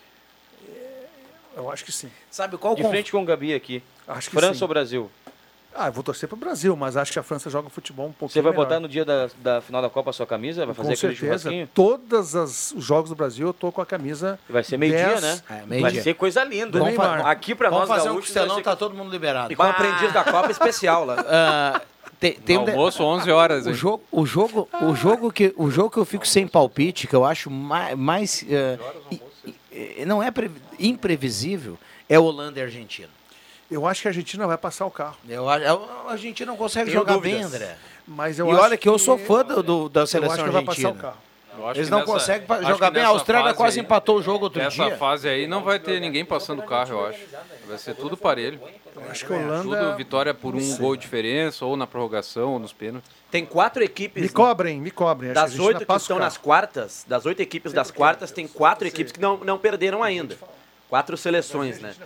Eu acho que sim. Sabe qual De conf- frente com o Gabi aqui. Acho que França sim. ou Brasil? Ah, eu vou torcer pro Brasil, mas acho que a França joga futebol um pouquinho Você vai melhor. botar no dia da, da final da Copa a sua camisa? Vai fazer Com aquele certeza. churrasquinho? Todos as- os jogos do Brasil eu tô com a camisa. Vai ser meio-dia, dez né? É, Vai meio-dia. ser coisa linda. Do Vamos Neymar. fa- Aqui pra Vamos nós fazer um gaúchos vai costelão, ser- tá todo mundo liberado. E com aprendiz da Copa especial lá. Ah, tem, tem um de- Almoço, onze horas, O hein? jogo, o, jogo, o, jogo que, o jogo que eu fico sem palpite, que eu acho mais. mais eh, i- i- não é pre- imprevisível, é Holanda e Argentina. Eu acho que a Argentina vai passar o carro. Eu, acho- a Argentina não consegue Tenho jogar bem, dúvidas. André. Mas eu E acho olha que eu sou fã do, do- da eu seleção acho que vai passar o argentina. carro. Eu acho Eles que não nessa- conseguem pa- acho jogar que bem. A nessa Austrália fase quase aí- empatou o jogo outro Nessa dia. fase aí não vai ter ninguém passando o carro, eu acho. Vai ser tudo parelho. Eu acho que a Holanda. Tudo vitória por um gol de diferença, ou na prorrogação, ou nos pênaltis. Tem quatro equipes. Me cobrem, me cobrem. Acho que a Das Argentina oito que passa o estão carro. nas quartas, das oito equipes das quartas, tem quatro equipes que não, não perderam ainda. Quatro seleções, né?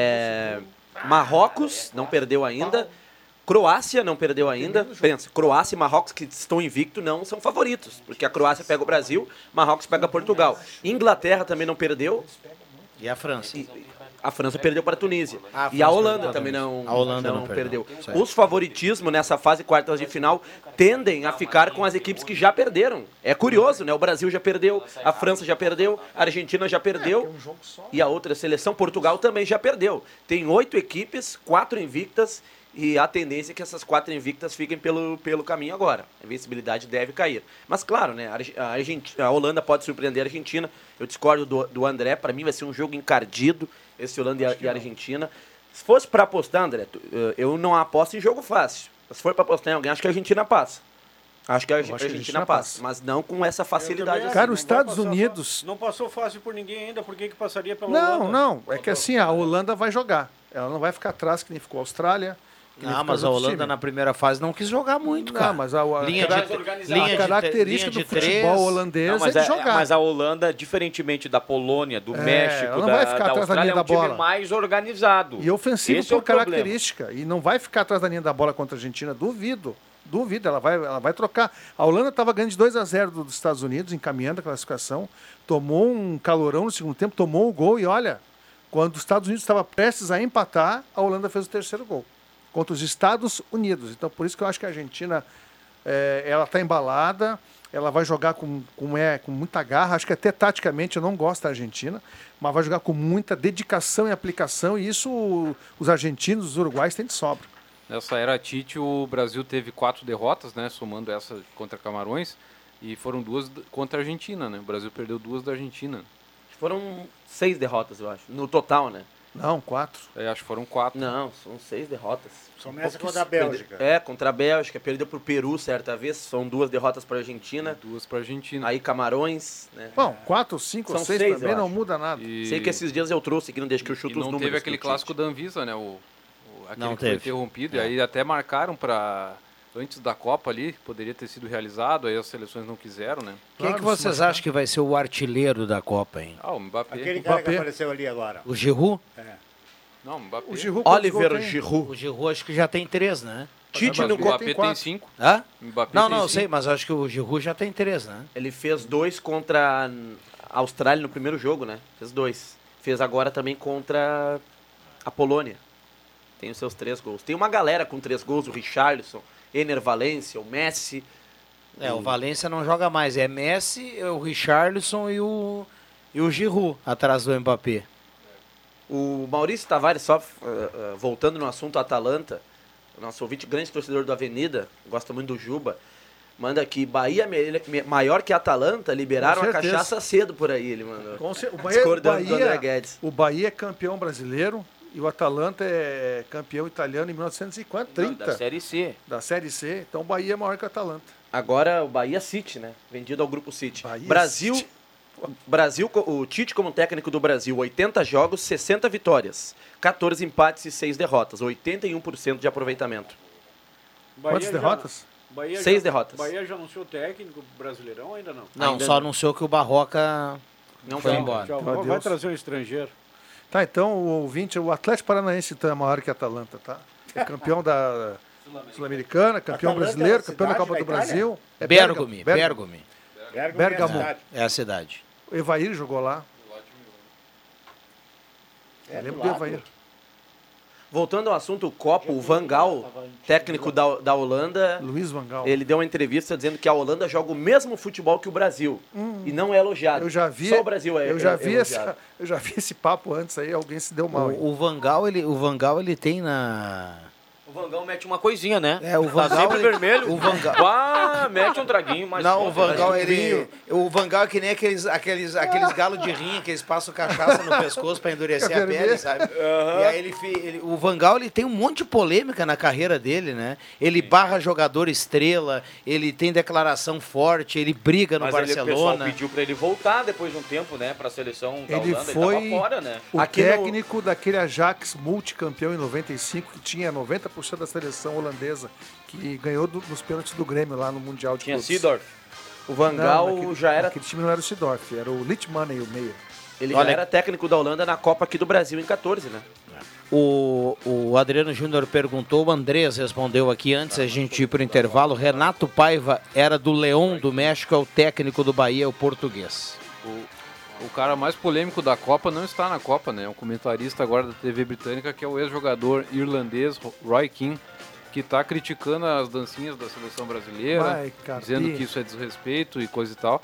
É, Marrocos não perdeu ainda. Croácia não perdeu ainda. Pensa, Croácia e Marrocos, que estão invicto, não são favoritos. Porque a Croácia pega o Brasil, Marrocos pega Portugal. Inglaterra também não perdeu. E a França? E a França perdeu para a Tunísia. Ah, a e a França Holanda perdeu pra também não, Tunísia. A Holanda não não perdeu. perdeu. Certo. Os favoritismos nessa fase quartas de final tendem a ficar com as equipes que já perderam. É curioso, né? O Brasil já perdeu, a França já perdeu, a Argentina já perdeu e a outra seleção, Portugal, também já perdeu. Tem oito equipes, quatro invictas e a tendência é que essas quatro invictas fiquem pelo, pelo caminho agora. A invencibilidade deve cair. Mas claro, né? A, Arge- a, Argenti- a Holanda pode surpreender a Argentina. Eu discordo do, do André. Para mim vai ser um jogo encardido, esse Holanda e a, e a Argentina. Se fosse para apostar, André, tu- eu não aposto em jogo fácil. Se for para apostar em alguém, acho que a Argentina passa. Acho que a, Eu Arge- acho que a Argentina, Argentina passa, passa. mas não com essa facilidade. também assim. Cara, Não os vai Estados passar Unidos. Não passou fácil por ninguém ainda, por que que passaria pela Não, Holanda? não. É que assim, a Holanda vai jogar. Ela não vai ficar atrás que nem ficou a Austrália. que nem Não, ficou mas os a outros Holanda times. na primeira fase não quis jogar muito, Não, cara. mas a, a, linha cara- de, organizada. linha a de, característica linha do de três. futebol holandês Não, mas, é a, de jogar. mas a Holanda, diferentemente da Polônia, do É, México, ela não da, vai ficar da atrás da Austrália, linha é um da time bola. mais organizado. E ofensivo Esse é por o problema. característica. E não vai ficar atrás da linha da bola contra a Argentina, duvido. Duvido, ela vai, ela vai trocar. A Holanda estava ganhando de dois a zero dos Estados Unidos, encaminhando a classificação. Tomou um calorão no segundo tempo, tomou o gol e olha, quando os Estados Unidos estava prestes a empatar, a Holanda fez o terceiro gol. Contra os Estados Unidos. Então, por isso que eu acho que a Argentina, é, ela está embalada, ela vai jogar com, com, é, com muita garra. Acho que até taticamente eu não gosto da Argentina, mas vai jogar com muita dedicação e aplicação. E isso os argentinos, os uruguaios têm de sobra. Nessa era Tite, o Brasil teve quatro derrotas, né? Somando essa contra Camarões. E foram duas d- contra a Argentina, né? O Brasil perdeu duas da Argentina. Foram seis derrotas, eu acho, no total, né? Não, quatro. É, acho que foram quatro. Não, são seis derrotas. Começa contra a Bélgica. É, contra a Bélgica. Perdeu pro Peru certa vez. São duas derrotas para a Argentina. Duas para a Argentina. Aí Camarões, né? Bom, quatro, cinco São ou seis, seis, também eu não acho. muda nada. E... Sei que esses dias eu trouxe aqui, não deixa que eu chuto e os não números. teve aquele do clássico Tite. da Anvisa, né? O, o, aquele Não que foi teve. interrompido. É. E aí até marcaram para... Antes da Copa ali, poderia ter sido realizado, aí as seleções não quiseram, né? Quem é que vocês acham que vai ser o artilheiro da Copa, hein? Ah, o Mbappé. Aquele cara que apareceu ali agora. O Giroud? É. Não, o Mbappé. O Giroud, Oliver Giroud. O Giroud acho que já tem três, né? Tite Mas no o Mbappé tem tem quatro. cinco. Hã? Mbappé Não, tem não, eu cinco. sei, mas acho que o Giroud já tem três, né? Ele fez dois contra a Austrália no primeiro jogo, né? Fez dois. Fez agora também contra a Polônia. Tem os seus três gols. Tem uma galera com três gols, o Richarlison, Ener Valencia, o Messi. É, o Valência não joga mais. É Messi, o Richarlison e o, e o Giroud atrás do Mbappé. O Maurício Tavares, só uh, uh, voltando no assunto Atalanta, nosso ouvinte, grande torcedor do Avenida, gosta muito do Juba, manda aqui, Bahia me- me- maior que Atalanta, liberaram Com a certeza. cachaça cedo por aí, ele mandou. Com cer- o Bahia, Discordando o do André Bahia, Guedes. o Bahia é campeão brasileiro e o Atalanta é campeão italiano em mil novecentos e trinta. Da Série C. Da Série C. Então o Bahia é maior que o Atalanta. Agora o Bahia City, né? Vendido ao Grupo City. Bahia Brasil, City. Brasil, o Tite como técnico do Brasil, oitenta jogos, sessenta vitórias, quatorze empates e seis derrotas, oitenta e um por cento de aproveitamento. Bahia Quantas já- derrotas? Bahia Seis já, derrotas. Bahia já anunciou técnico brasileirão ou ainda não? Não, Ainda só não. anunciou que o Barroca Não foi foi embora. Tchau, Adeus. vai trazer um estrangeiro. Tá, então o ouvinte, o Atlético Paranaense então é maior que a Atalanta, tá? É campeão da Sul-Americana, campeão Atalanta brasileiro, é a campeão da cidade Copa da do Itália? Brasil. É Bergame, Bergamo. Bergame. Bergamo. Bergamo. é a cidade. É a cidade. O Evair jogou lá. É, Eu do lembro do lado. Evair. Voltando ao assunto Copa, o Van Gaal, técnico da, da Holanda, Luiz Van Gaal. ele deu uma entrevista dizendo que a Holanda joga o mesmo futebol que o Brasil. E não é elogiado. Eu já vi, Só o Brasil é eu já é vi elogiado. essa, eu já vi esse papo antes aí, alguém se deu mal. hein? O, o Vangal, ele, o Vangal, ele tem na... O Vangão mete uma coisinha, né? É, o Tá Vangal... sempre ele- vermelho. O Vangal... Ah, mete um traguinho mais Não, o forte, Vangal, mais ele... O Vangal é que nem aqueles, aqueles, aqueles galos de rinha que eles passam cachaça no pescoço pra endurecer Fica a pele, vermelho. sabe? E aí ele, fi- ele- o Vangal, ele tem um monte de polêmica na carreira dele, né? Ele barra jogador estrela, ele tem declaração forte, ele briga no Mas ele, o pessoal Barcelona. pediu pra ele voltar depois de um tempo, né? Pra seleção da Ele Holanda. foi Ele tava fora, né? o Aqui no- técnico daquele Ajax multicampeão em noventa e cinco, que tinha noventa por cento da seleção holandesa, que ganhou do- nos pênaltis do Grêmio lá no Mundial de Tinha Clubes. Seedorf. O Van Não, Gaal naquele- já era, Naquele time não era o Sidorf, era o Littmann, o meio. ele Olha- já era técnico da Holanda na Copa aqui do Brasil em quatorze, né? O, o Adriano Júnior perguntou, o Andrés respondeu aqui antes a gente ir para o intervalo. Renato Paiva era do Leão do México, é o técnico do Bahia, o português. O, o cara mais polêmico da Copa não está na Copa, né? É um comentarista agora da T V britânica, que é o ex-jogador irlandês Roy Keane, que está criticando as dancinhas da seleção brasileira, Vai, cara, dizendo e- que isso é desrespeito e coisa e tal.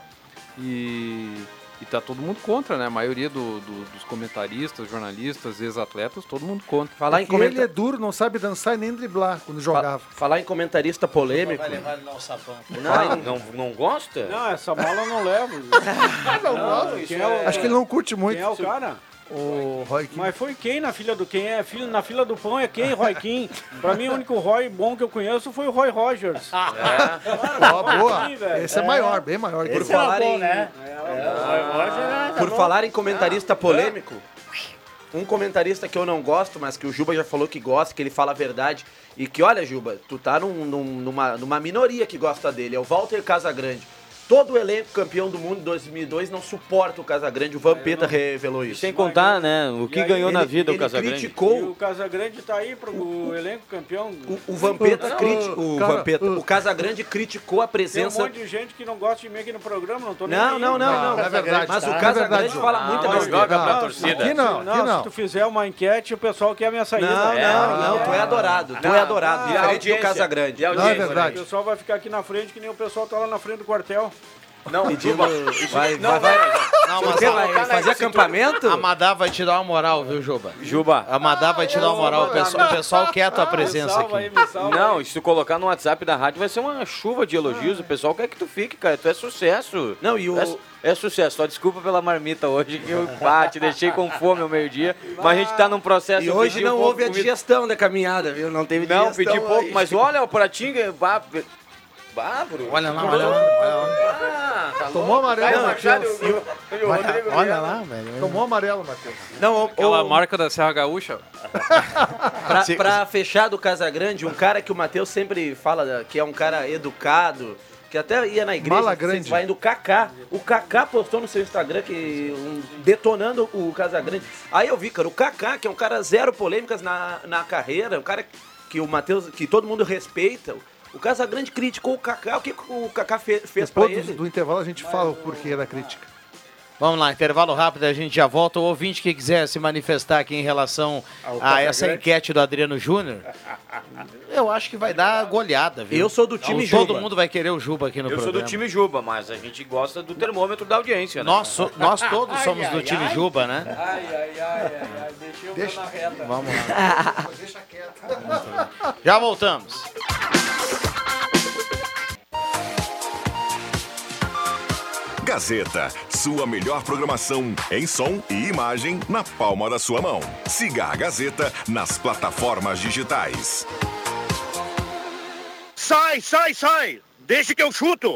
E, e tá todo mundo contra, né? A maioria do- do- dos comentaristas, jornalistas, ex-atletas, todo mundo contra. Falar em Porque ele comenta... é duro, não sabe dançar e nem driblar quando Fa- jogava. Falar em comentarista polêmico. levar ele dar um sapão. Ah, não, não gosta? Não, essa mala eu não levo. Não, Quem é o- Acho que ele não curte muito. Quem é o cara? O Roy Keane. Mas foi quem na fila do quem? É filho, na fila do pão é quem, Roy Keane? Pra mim, o único Roy bom que eu conheço foi o Roy Rogers. Ó, boa. Sim, velho. Esse é maior, bem maior. que Por esse. falar em, né? É, por falar em comentarista polêmico, um comentarista que eu não gosto, mas que o Juba já falou que gosta, que ele fala a verdade, e que, olha, Juba, tu tá num- num- numa, numa minoria que gosta dele, é o Walter Casagrande. Todo o elenco campeão do mundo em dois mil e dois não suporta o Casagrande, o Vampeta revelou isso. Sem contar, né? O que E aí, ganhou na ele- vida o ele Casagrande. E criticou o Casagrande tá aí pro o elenco campeão. o, o Vampeta, Não, criti- o, cara, Vampeta, o- o Casagrande criticou a Tem um presença. monte de gente que não gosta de mim aqui no programa, não tô nem Não, aí. não, não, não. Não, é verdade, Mas tá? o É Casagrande verdade. fala Não, muita não besteira. joga pra Não, torcida. Aqui não, aqui Não, não. se tu fizer uma enquete, o pessoal quer a minha saída. Não, É, não, não, tu é adorado, tu é adorado, E a diferente do audiência? Casagrande. E a Não, é audiência? verdade. O pessoal vai ficar aqui na frente, que nem o pessoal tá lá na frente do quartel. Não, Pedindo... vai, Não, vai, vai. vai. Não, mas vai fazer acampamento? A Madá vai te dar uma moral, viu, Juba? Juba. A Madá vai te dar uma moral. O pessoal, o pessoal quer a tua presença aqui. Não, se tu colocar no WhatsApp da rádio vai ser uma chuva de elogios. O pessoal quer que tu fique, cara. Tu é sucesso. Não, e o... É, é sucesso. Só desculpa pela marmita hoje, que eu ah, te deixei com fome ao meio-dia. Mas a gente tá num processo... E hoje não um houve a comida. digestão da caminhada, viu? Não teve Não, digestão. pedi pouco, aí. mas olha o pratinho... Bah, bah, Bruno. Olha lá, olha lá. Olha lá. Ah, tá Tomou amarelo, Vai, Machado, Matheus. e o- e o Olha, Rodrigo olha Vieira. lá, velho. Tomou amarelo, Matheus. Não, Aquela o... marca da Serra Gaúcha. Pra, Se- pra fechar do Casagrande, um cara que o Matheus sempre fala que é um cara educado, que até ia na igreja, Mala grande. vai indo, o Kaká. O Kaká postou no seu Instagram que um, detonando o Casagrande. Aí eu vi, cara, o Kaká, que é um cara zero polêmicas na, na carreira, um cara que o Matheus, que todo mundo respeita. O Casagrande criticou o Kaká. O que o Kaká fe, fez pra Depois ele? do, do intervalo a gente fala o porquê da crítica. Vamos lá, intervalo rápido, a gente já volta. O ouvinte que quiser se manifestar aqui em relação a essa enquete do Adriano Júnior, eu acho que vai dar goleada, viu? Eu sou do time Todo Juba. mundo vai querer o Juba aqui no Eu programa. sou do time Juba, mas a gente gosta do termômetro da audiência, né? Nós, so- nós todos somos Ai, do ai, time ai. Juba, né? Ai, ai, ai, ai, ai. Deixei o Deixa- meu na reta. Vamos lá. Deixa quieto. Já voltamos. Gazeta, sua melhor programação em som e imagem na palma da sua mão. Siga a Gazeta nas plataformas digitais. Sai, sai, sai! Deixa que eu chuto!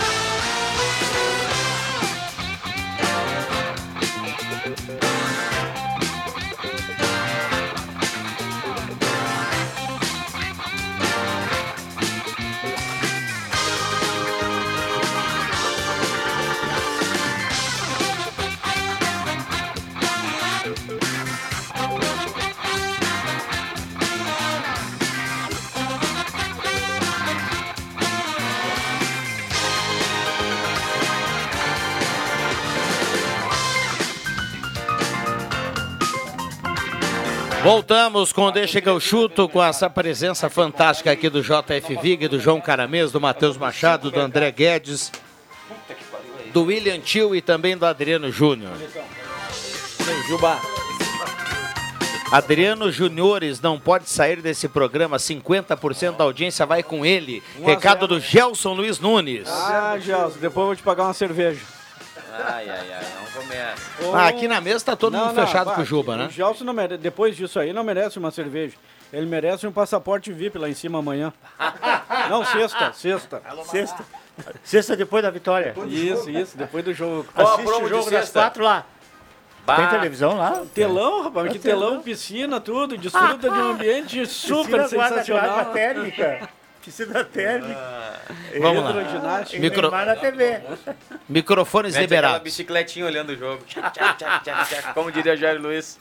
Voltamos com o Deixa que eu chuto, com essa presença fantástica aqui do J F Vig, do João Caramês, do Matheus Machado, do André Guedes, do William Tio e também do Adriano Júnior. Juba. Adriano Júniores não pode sair desse programa, cinquenta por cento da audiência vai com ele. Um a Recado zero. do Gelson Luiz Nunes. Ah, Gelson, depois eu vou te pagar uma cerveja. Ai, ai, ai, não começa. Ah, aqui na mesa tá todo Não, mundo não, fechado vai, com o Juba, né? O Gelson, não mere... depois disso aí, não merece uma cerveja. Ele merece um passaporte V I P lá em cima amanhã. Não, sexta, sexta. Sexta. Sexta depois da vitória. Isso, isso, depois do jogo. Qual a Assiste promo o de jogo das sexta? quatro lá. Bah. Tem televisão lá? Telão, rapaz, que telão, piscina, tudo. Desfruta de um ambiente super Piscina guarda- sensacional. guarda térmica. Piscina térmica. Vamos lá. Hidroginástica. E Micro- Neymar na T V. Microfones Mete aquela liberados. bicicletinha olhando o jogo. Tchac, tchac, tchac, tchac, tchac, como diria Jair Luiz.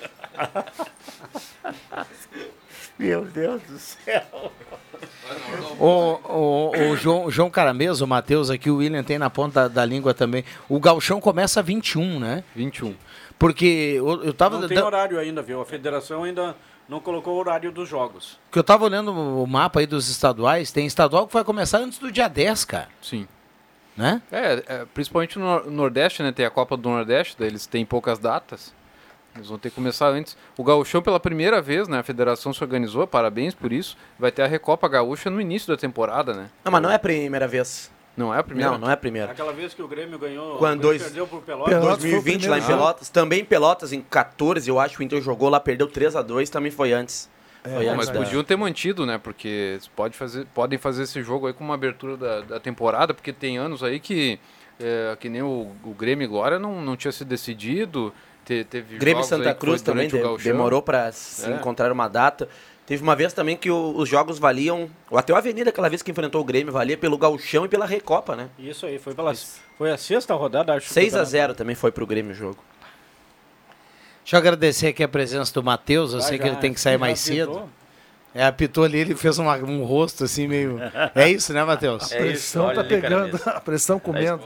Meu Deus do céu. O, o, o João, João Caramês, o Matheus aqui, o William tem na ponta da, da língua também. O Gauchão começa a vinte e um, né? vinte e um. Porque eu, eu tava... Não tem da- horário ainda, viu? A federação ainda não colocou o horário dos jogos. que eu tava olhando o mapa aí dos estaduais, tem estadual que vai começar antes do dia dez, cara. Sim. Né? É, é, principalmente no Nor- Nordeste, né? Tem a Copa do Nordeste, daí eles têm poucas datas. Eles vão ter que começar antes. O Gauchão, pela primeira vez, né? A federação se organizou, parabéns por isso. Vai ter a Recopa Gaúcha no início da temporada, né? Não, mas não é a primeira vez. Não é a primeira? Não, não é a primeira. Aquela vez que o Grêmio ganhou, Quando o Grêmio dois- perdeu pro Pelotas. Pelotas dois mil e vinte lá em foi o primeiro Pelotas. Também em Pelotas, em quatorze, eu acho, o Inter jogou lá, perdeu três a dois, também foi antes. Foi Pô, antes mas da- podiam ter mantido, né? Porque eles pode fazer, podem fazer esse jogo aí com uma abertura da, da temporada, porque tem anos aí que, é, que nem o, o Grêmio e Glória não, não tinha sido decidido. Te, teve Grêmio e jogos aí Santa que Cruz foi também durante o de- Gauchão. demorou pra se É. encontrar uma data. Teve uma vez também que o- os jogos valiam, ou até o Avenida, aquela vez que enfrentou o Grêmio, valia pelo Gauchão e pela Recopa, né? Isso aí, foi, pela, foi a sexta rodada, acho. do seis a campeonato. zero também foi pro Grêmio o jogo. Deixa eu agradecer aqui a presença do Matheus, eu Ah, sei já, que ele tem que sair já mais apitou? cedo. É, apitou ali, ele fez uma- um rosto assim meio... É isso, né, Matheus? A pressão tá pegando, a pressão comendo.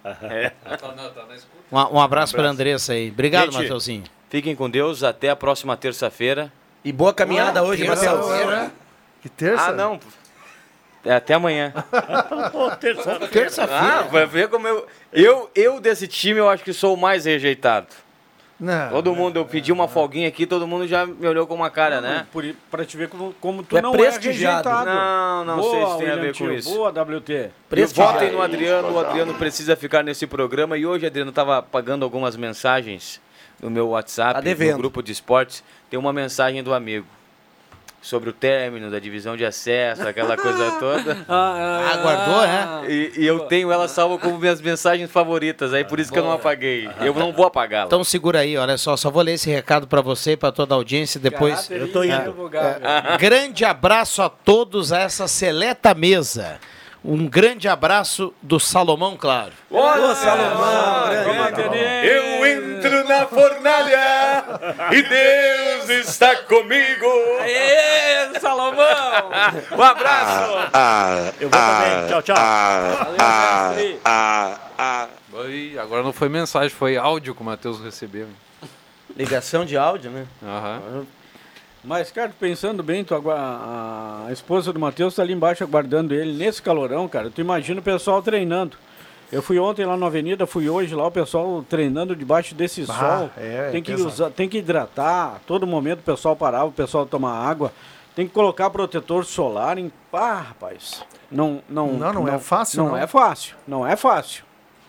Um, um abraço para a Andressa aí. Obrigado, Gente, Matheusinho. Fiquem com Deus, até a próxima terça-feira. E boa caminhada hoje, terça- Matheus. Que terça? Ah, não. Até amanhã. Terça-feira. Terça-feira. Ah, vai ver como eu, eu... Eu, desse time, eu acho que sou o mais rejeitado. Não, todo mundo, eu pedi uma folguinha aqui, todo mundo já me olhou com uma cara, não, né? Por, pra te ver como, como tu, Tu é não prestigiado. é rejeitado. Não, não boa, sei se tem a ver William com Tio, isso. Boa, W T. E votem no Adriano, o Adriano precisa ficar nesse programa. E hoje, Adriano, estava pagando algumas mensagens no meu WhatsApp, Tá devendo. no grupo de esportes. Tem uma mensagem do amigo sobre o término da divisão de acesso, aquela coisa toda. Ah, guardou, né? E, e eu tenho ela salva como minhas mensagens favoritas, aí por isso que eu não apaguei. Eu não vou apagá-la. Então segura aí, olha só, só vou ler esse recado para você e para toda a audiência depois. Eu tô indo. É, grande abraço a todos a essa seleta mesa. Um grande abraço do Salomão Claro. Ô, Salomão, grande. Eu entro na fornalha e Deus está comigo. Aê, Salomão! Um abraço! Ah, Eu vou também. Tchau, tchau. ah, ah, ah. Oi, agora não foi mensagem, foi áudio que o Matheus recebeu. Ligação de áudio, né? Aham. Mas, cara, pensando bem, tu agua- a, a esposa do Matheus tá ali embaixo aguardando ele nesse calorão, cara. Tu imagina o pessoal treinando. Eu fui ontem lá na avenida, fui hoje lá, o pessoal treinando debaixo desse Ah, sol. é, tem, que pesado. usar, tem que hidratar, todo momento o pessoal parava, o pessoal tomar água. Tem que colocar protetor solar em... Ah, rapaz, não, não, Não, não é fácil, Não, não. é fácil, não é fácil.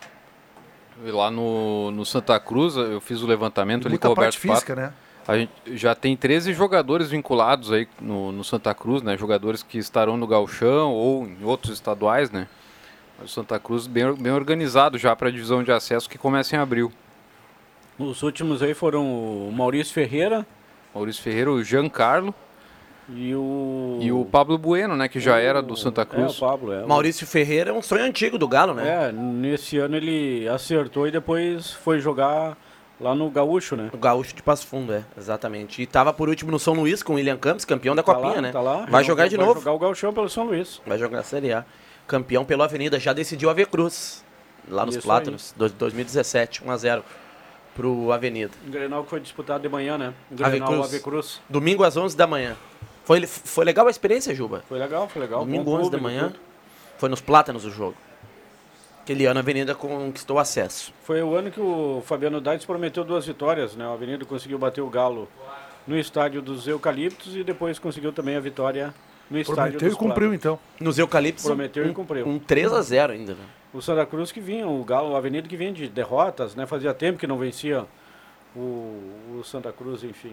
E lá no, no Santa Cruz, eu fiz o levantamento ali com Muita o Roberto parte física, Pato. né? A gente já tem treze jogadores vinculados aí no, no Santa Cruz, né? Jogadores que estarão no Gauchão ou em outros estaduais, né? Mas o Santa Cruz bem, bem organizado já para a divisão de acesso que começa em abril. Os últimos aí foram o Maurício Ferreira Maurício Ferreira, o Giancarlo e o... e o Pablo Bueno, né? Que já era do Santa É, o Cruz. Pablo, é. Maurício Ferreira é um sonho antigo do Galo, né? É, nesse ano ele acertou e depois foi jogar lá no Gaúcho, né? O Gaúcho de Passo Fundo, é, exatamente. E tava por último no São Luís com o William Campos, campeão da Tá Copinha, lá, né? tá lá. Vai jogar de vai novo. jogar o Gauchão pelo São Luís. Vai jogar a Série A. Campeão pelo Avenida, já decidiu a V Cruz. Lá nos Isso Plátanos, do- dois mil e dezessete, um a zero pro Avenida. O Grenal que foi disputado de manhã, né? O Ave Grenal Cruz. Ave Cruz. Domingo às onze da manhã. Foi, foi legal a experiência, Juba? Foi legal, foi legal. Domingo bom onze da público, manhã. tudo. Foi nos Plátanos o jogo. Aquele ano a Avenida conquistou acesso. Foi o ano que o Fabiano Dades prometeu duas vitórias, né? O Avenida conseguiu bater o Galo no estádio dos Eucaliptos e depois conseguiu também a vitória no estádio Prometeu dos e cumpriu, então. Nos Eucaliptos, Prometeu um, e cumpriu. um três a zero ainda, né? O Santa Cruz que vinha, o Galo, o Avenida que vinha de derrotas, né? Fazia tempo que não vencia o, o Santa Cruz, enfim.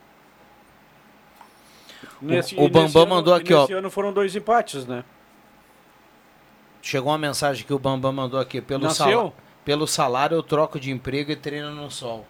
Nesse- o e Bambam nesse ano- mandou e aqui, ó. Nesse ano foram dois empates, né? Chegou uma mensagem que o Bambam mandou aqui. Pelo, Nasceu? sala- pelo salário eu troco de emprego e treino no sol.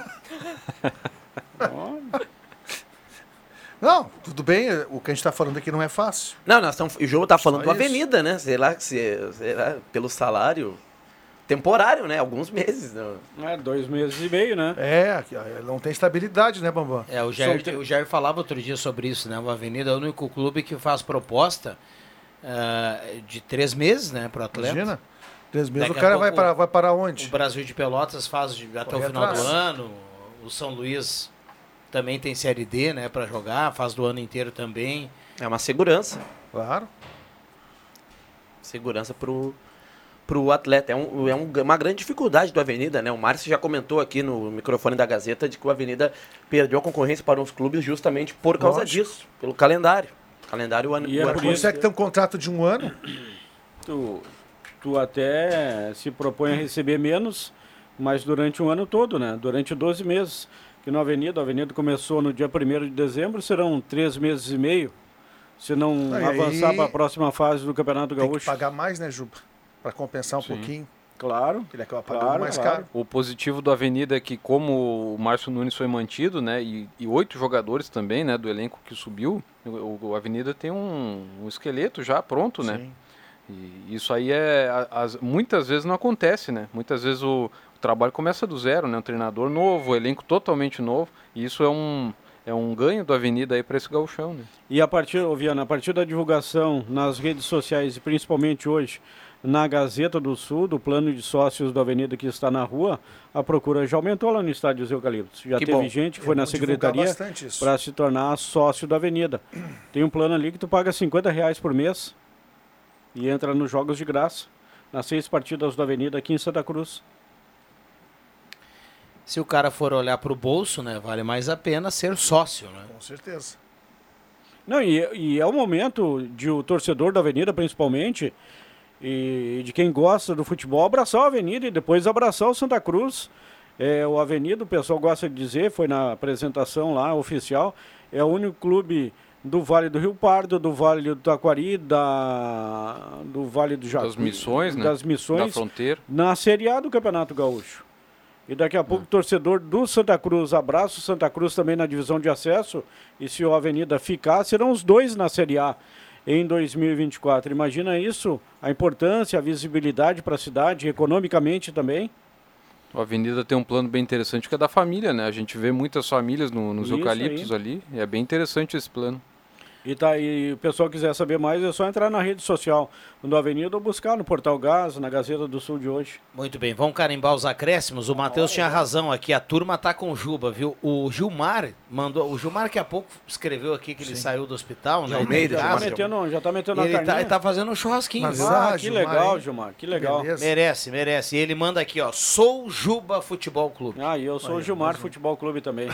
Não, tudo bem, o que a gente está falando aqui não é fácil. Não, nós estamos. O jogo tá falando Só do isso. Avenida, né? Sei lá, se, será pelo salário temporário, né? Alguns meses. Né? É, dois meses e meio, né? É, aqui, ó, não tem estabilidade, né, Bambam? É, o Jair, Solteiro. o Jair falava outro dia sobre isso, né? O Avenida é o único clube que faz proposta ah, de três meses, né, pro atleta. Imagina. Três meses, Daqui o a cara vai pouco, para, vai para O onde? Brasil de Pelotas faz de- até Corre o final atrás. do ano. O São Luís também tem Série D, né, para jogar, faz do ano inteiro também. É uma segurança. Claro. Segurança pro, pro atleta. É, um, é um- uma grande dificuldade do Avenida, né? O Márcio já comentou aqui no microfone da Gazeta de que o Avenida perdeu a concorrência para os clubes justamente por causa Lógico. disso, pelo calendário. Calendário ano, E é o ano por Quando isso você que tem um contrato de um ano, Tu, tu até se propõe a receber menos, mas durante um ano todo, né? Durante doze meses. Que no Avenida, a Avenida começou no dia primeiro de dezembro, serão três meses e meio. Se não Ah, e avançar aí para a próxima fase do Campeonato tem que Gaúcho. pagar mais, né, Juba? Para compensar um Sim. pouquinho. Claro. Ele acaba pagando Claro, mais claro. caro. O positivo do Avenida é que como o Márcio Nunes foi mantido, né, e, e oito jogadores também, né, do elenco que subiu, o, o Avenida tem um, um esqueleto já pronto, né? Sim. E isso aí é a- as- muitas vezes não acontece, né? Muitas vezes o, o trabalho começa do zero, né? Um treinador novo, um elenco totalmente novo, e isso é um é um ganho do Avenida aí para esse gauchão, né? E a partir, ô, Viana, a partir da divulgação nas redes sociais e principalmente hoje na Gazeta do Sul, do plano de sócios da Avenida que está na rua, a procura já aumentou lá no estádio dos Eucaliptos. Já Que teve bom. gente que foi É na bom divulgar secretaria bastante isso. para se tornar sócio da Avenida. Tem um plano ali que tu paga cinquenta reais por mês e entra nos jogos de graça, nas seis partidas da Avenida aqui em Santa Cruz. Se o cara for olhar para o bolso, né, vale mais a pena ser sócio, né? Com certeza. Não, e, e é o momento de o torcedor da Avenida, principalmente, e de quem gosta do futebol, abraçar a Avenida e depois abraçar o Santa Cruz. É, o Avenida, o pessoal gosta de dizer, foi na apresentação lá, oficial, é o único clube do Vale do Rio Pardo, do Vale do Taquari, da, do Vale do Jacu, das Missões, das né? Missões, da Fronteira, na Série A do Campeonato Gaúcho. E daqui a pouco o torcedor do Santa Cruz abraça o Santa Cruz também na divisão de acesso. E se o Avenida ficar, serão os dois na Série A em dois mil e vinte e quatro. Imagina isso, a importância, a visibilidade para a cidade, economicamente também. A Avenida tem um plano bem interessante que é da família, né? A gente vê muitas famílias no, nos Isso eucaliptos aí. ali. E é bem interessante esse plano. E, tá, e o pessoal quiser saber mais, é só entrar na rede social do Avenida ou buscar no Portal Gás, na Gazeta do Sul de hoje. Muito bem, vamos carimbar os acréscimos. O Matheus tinha razão aqui, a turma tá com o Juba, viu? O Gilmar mandou, o Gilmar que há pouco escreveu aqui que ele saiu do hospital, né? Almeida, já, tá metendo, já tá metendo a ele carninha. tá, ele tá fazendo um churrasquinho. Mas, ah, que Gilmar, legal, hein? Gilmar, que legal. Beleza. Merece, merece. E ele manda aqui, ó, sou Juba Futebol Clube. Ah, e eu sou o Gilmar Futebol Clube também.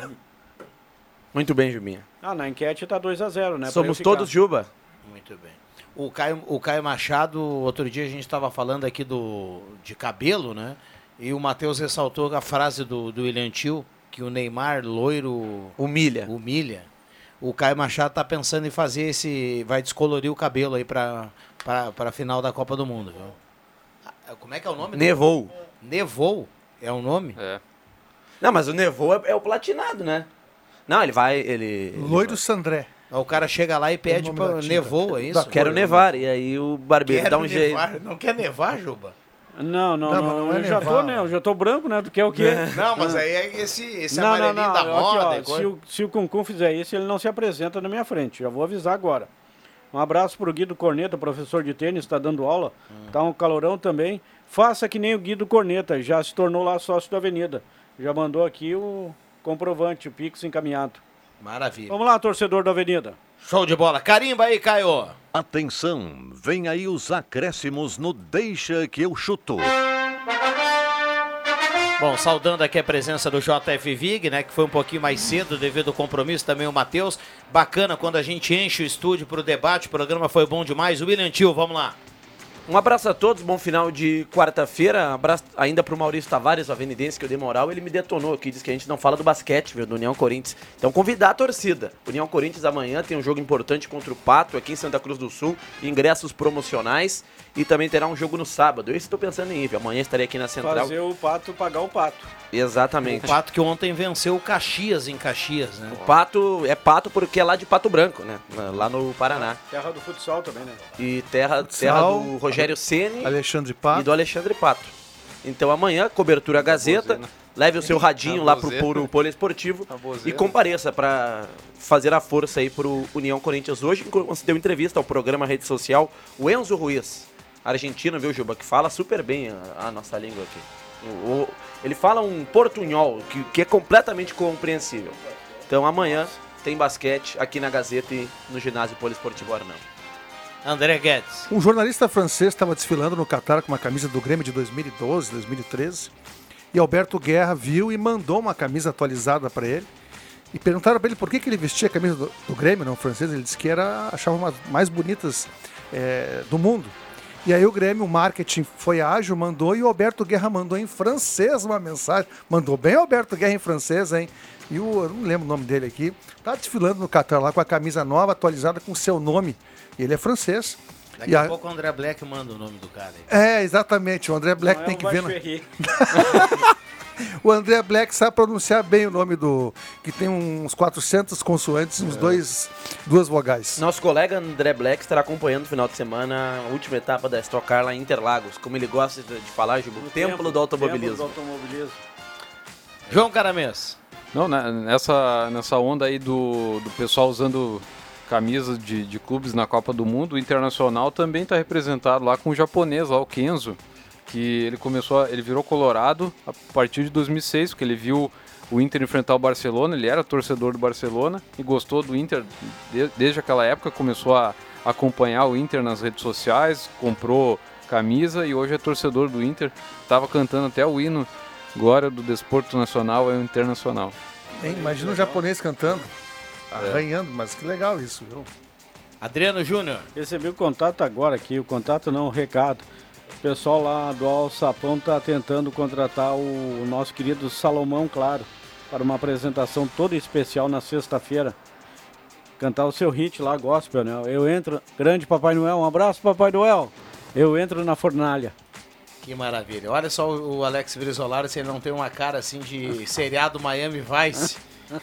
Muito bem, Jubinha. Ah, na enquete tá dois a zero, né? Somos todos Juba. Muito bem. O Caio, o Caio Machado, outro dia a gente estava falando aqui do, de cabelo, né? E o Matheus ressaltou a frase do, do William Tio, que o Neymar loiro... Humilha. Humilha. O Caio Machado tá pensando em fazer esse... Vai descolorir o cabelo aí para a final da Copa do Mundo, viu? Como é que é o nome? Nevou. Do... Nevou? É o nome? É. Não, mas o Nevou é, é o platinado, né? Não, ele vai... Ele, Loiro ele Sandré. O cara chega lá e pede para nevou, é isso? Quero nevar, e aí o barbeiro Quero dá um nevar. jeito. Não quer nevar, Juba? Não, não, Não, não, mas não é eu já nevar. tô, né? Eu já tô branco, né? Do que é o quê? Não, mas aí é esse, esse Não, não, amarelinho não. da Aqui, moda. ó, e coisa. se, o, se o Cuncum fizer isso, ele não se apresenta na minha frente. Já vou avisar agora. Um abraço pro Guido Corneta, professor de tênis, está dando aula. Hum. Tá um calorão também. Faça que nem o Guido Corneta, já se tornou lá sócio da Avenida. Já mandou aqui o comprovante, o Pix encaminhado. Maravilha. Vamos lá, torcedor da Avenida. Show de bola. Carimba aí, Caio. Atenção, vem aí os acréscimos no Deixa que eu chuto. Bom, saudando aqui a presença do J F Vig, né, que foi um pouquinho mais cedo devido ao compromisso, também o Matheus. Bacana quando a gente enche o estúdio para o debate, o programa foi bom demais. O William Tio, vamos lá. Um abraço a todos, bom final de quarta-feira. Um abraço ainda pro Maurício Tavares, o avenidense, que eu dei moral. Ele me detonou aqui, diz que a gente não fala do basquete, viu, do União Corinthians. Então convidar a torcida. União Corinthians amanhã tem um jogo importante contra o Pato, aqui em Santa Cruz do Sul. Ingressos promocionais. E também terá um jogo no sábado. Eu estou pensando em ir, viu? Amanhã estarei aqui na Central. Fazer o Pato pagar o Pato. Exatamente. O Pato que ontem venceu o Caxias em Caxias, né? O Pato é Pato porque é lá de Pato Branco, né? Lá no Paraná. Terra do futsal também, né? E terra, terra Futsal, do Rogério Ceni Alexandre Pato. e do Alexandre Pato. Então amanhã, cobertura Gazeta. Leve o seu radinho lá pro, pro Poliesportivo e compareça para fazer a força aí pro União Corinthians. Hoje deu entrevista ao programa Rede Social o Enzo Ruiz, argentino, viu, Juba, que fala super bem a, a nossa língua aqui. O, o, ele fala um portunhol que, que é completamente compreensível. Então amanhã tem basquete aqui na Gazeta e no ginásio Poliesportivo Arnão. André Guedes. Um jornalista francês estava desfilando no Catar com uma camisa do Grêmio de dois mil e doze, dois mil e treze. E Alberto Guerra viu e mandou uma camisa atualizada para ele. E perguntaram para ele por que, que ele vestia a camisa do, do Grêmio, não francês. Ele disse que era, achava uma mais bonitas é, do mundo. E aí o Grêmio, o marketing foi ágil, mandou, e o Alberto Guerra mandou em francês uma mensagem. Mandou bem o Alberto Guerra em francês, hein? E o, eu não lembro o nome dele aqui. Tá desfilando no Catar lá com a camisa nova, atualizada com o seu nome. Ele é francês. Daqui e a, a pouco o André Black manda o nome do cara aí. É, exatamente. O André Black Não tem é que um ver. Na... Bacherie. O André Black sabe pronunciar bem o nome do... Que tem uns quatrocentas consoantes, uns dois, duas vogais. Nosso colega André Black estará acompanhando no final de semana a última etapa da Stock Car lá em Interlagos. Como ele gosta de falar, Juba, o templo, templo do automobilismo. Templo do automobilismo. João Caramês. Não, né, nessa, nessa onda aí do, do pessoal usando camisas de, de clubes na Copa do Mundo, o Internacional também está representado lá com o japonês, lá, o Kenzo, que ele começou, a, ele virou colorado a partir de dois mil e seis, porque ele viu o Inter enfrentar o Barcelona, ele era torcedor do Barcelona e gostou do Inter de, desde aquela época, começou a, acompanhar o Inter nas redes sociais, comprou camisa e hoje é torcedor do Inter. Estava cantando até o hino Glória do Desporto Nacional é o Internacional. Hein, imagina um japonês cantando, arranhando, mas que legal isso, viu? Adriano Júnior. Recebi o contato agora aqui, o contato não, o recado. O pessoal lá do Alçapão está tentando contratar o, o nosso querido Salomão Claro para uma apresentação toda especial na sexta-feira. Cantar o seu hit lá, gospel, né? Eu entro, grande Papai Noel, um abraço Papai Noel. Eu entro na fornalha. Que maravilha. Olha só o, o Alex Brizolara, se ele não tem uma cara assim de seriado Miami Vice.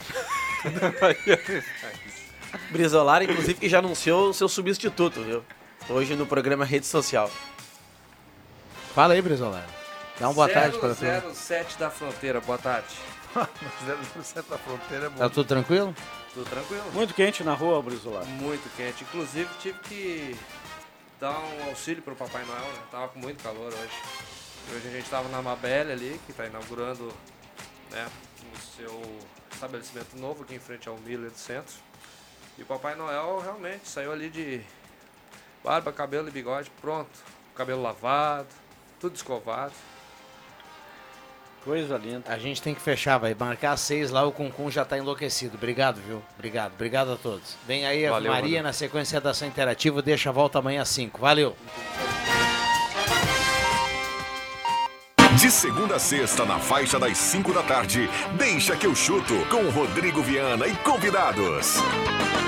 Brizolara, inclusive, que já anunciou o seu substituto, viu? Hoje no programa Rede Social. Fala aí, Brizolara. Dá uma boa tarde para zero zero sete da Fronteira, boa tarde. zero zero sete da Fronteira é bom. Tá tudo tranquilo? Tudo tranquilo. Muito quente na rua, Brizolara. Muito quente. Inclusive, tive que dar um auxílio pro Papai Noel, né? Tava com muito calor hoje. Hoje a gente tava na Mabel ali, que tá inaugurando, né, o seu estabelecimento novo aqui em frente ao Miller do Centro. E o Papai Noel realmente saiu ali de barba, cabelo e bigode, pronto. Cabelo lavado, tudo escovado. Coisa linda. A gente tem que fechar, vai marcar às seis lá, o Cuncun já tá enlouquecido. Obrigado, viu? Obrigado, obrigado a todos. Vem aí a Valeu, Maria valeu. na sequência da ação interativa, deixa a volta amanhã às cinco. Valeu! De segunda a sexta, na faixa das cinco da tarde, Deixa que eu chuto, com Rodrigo Viana e convidados.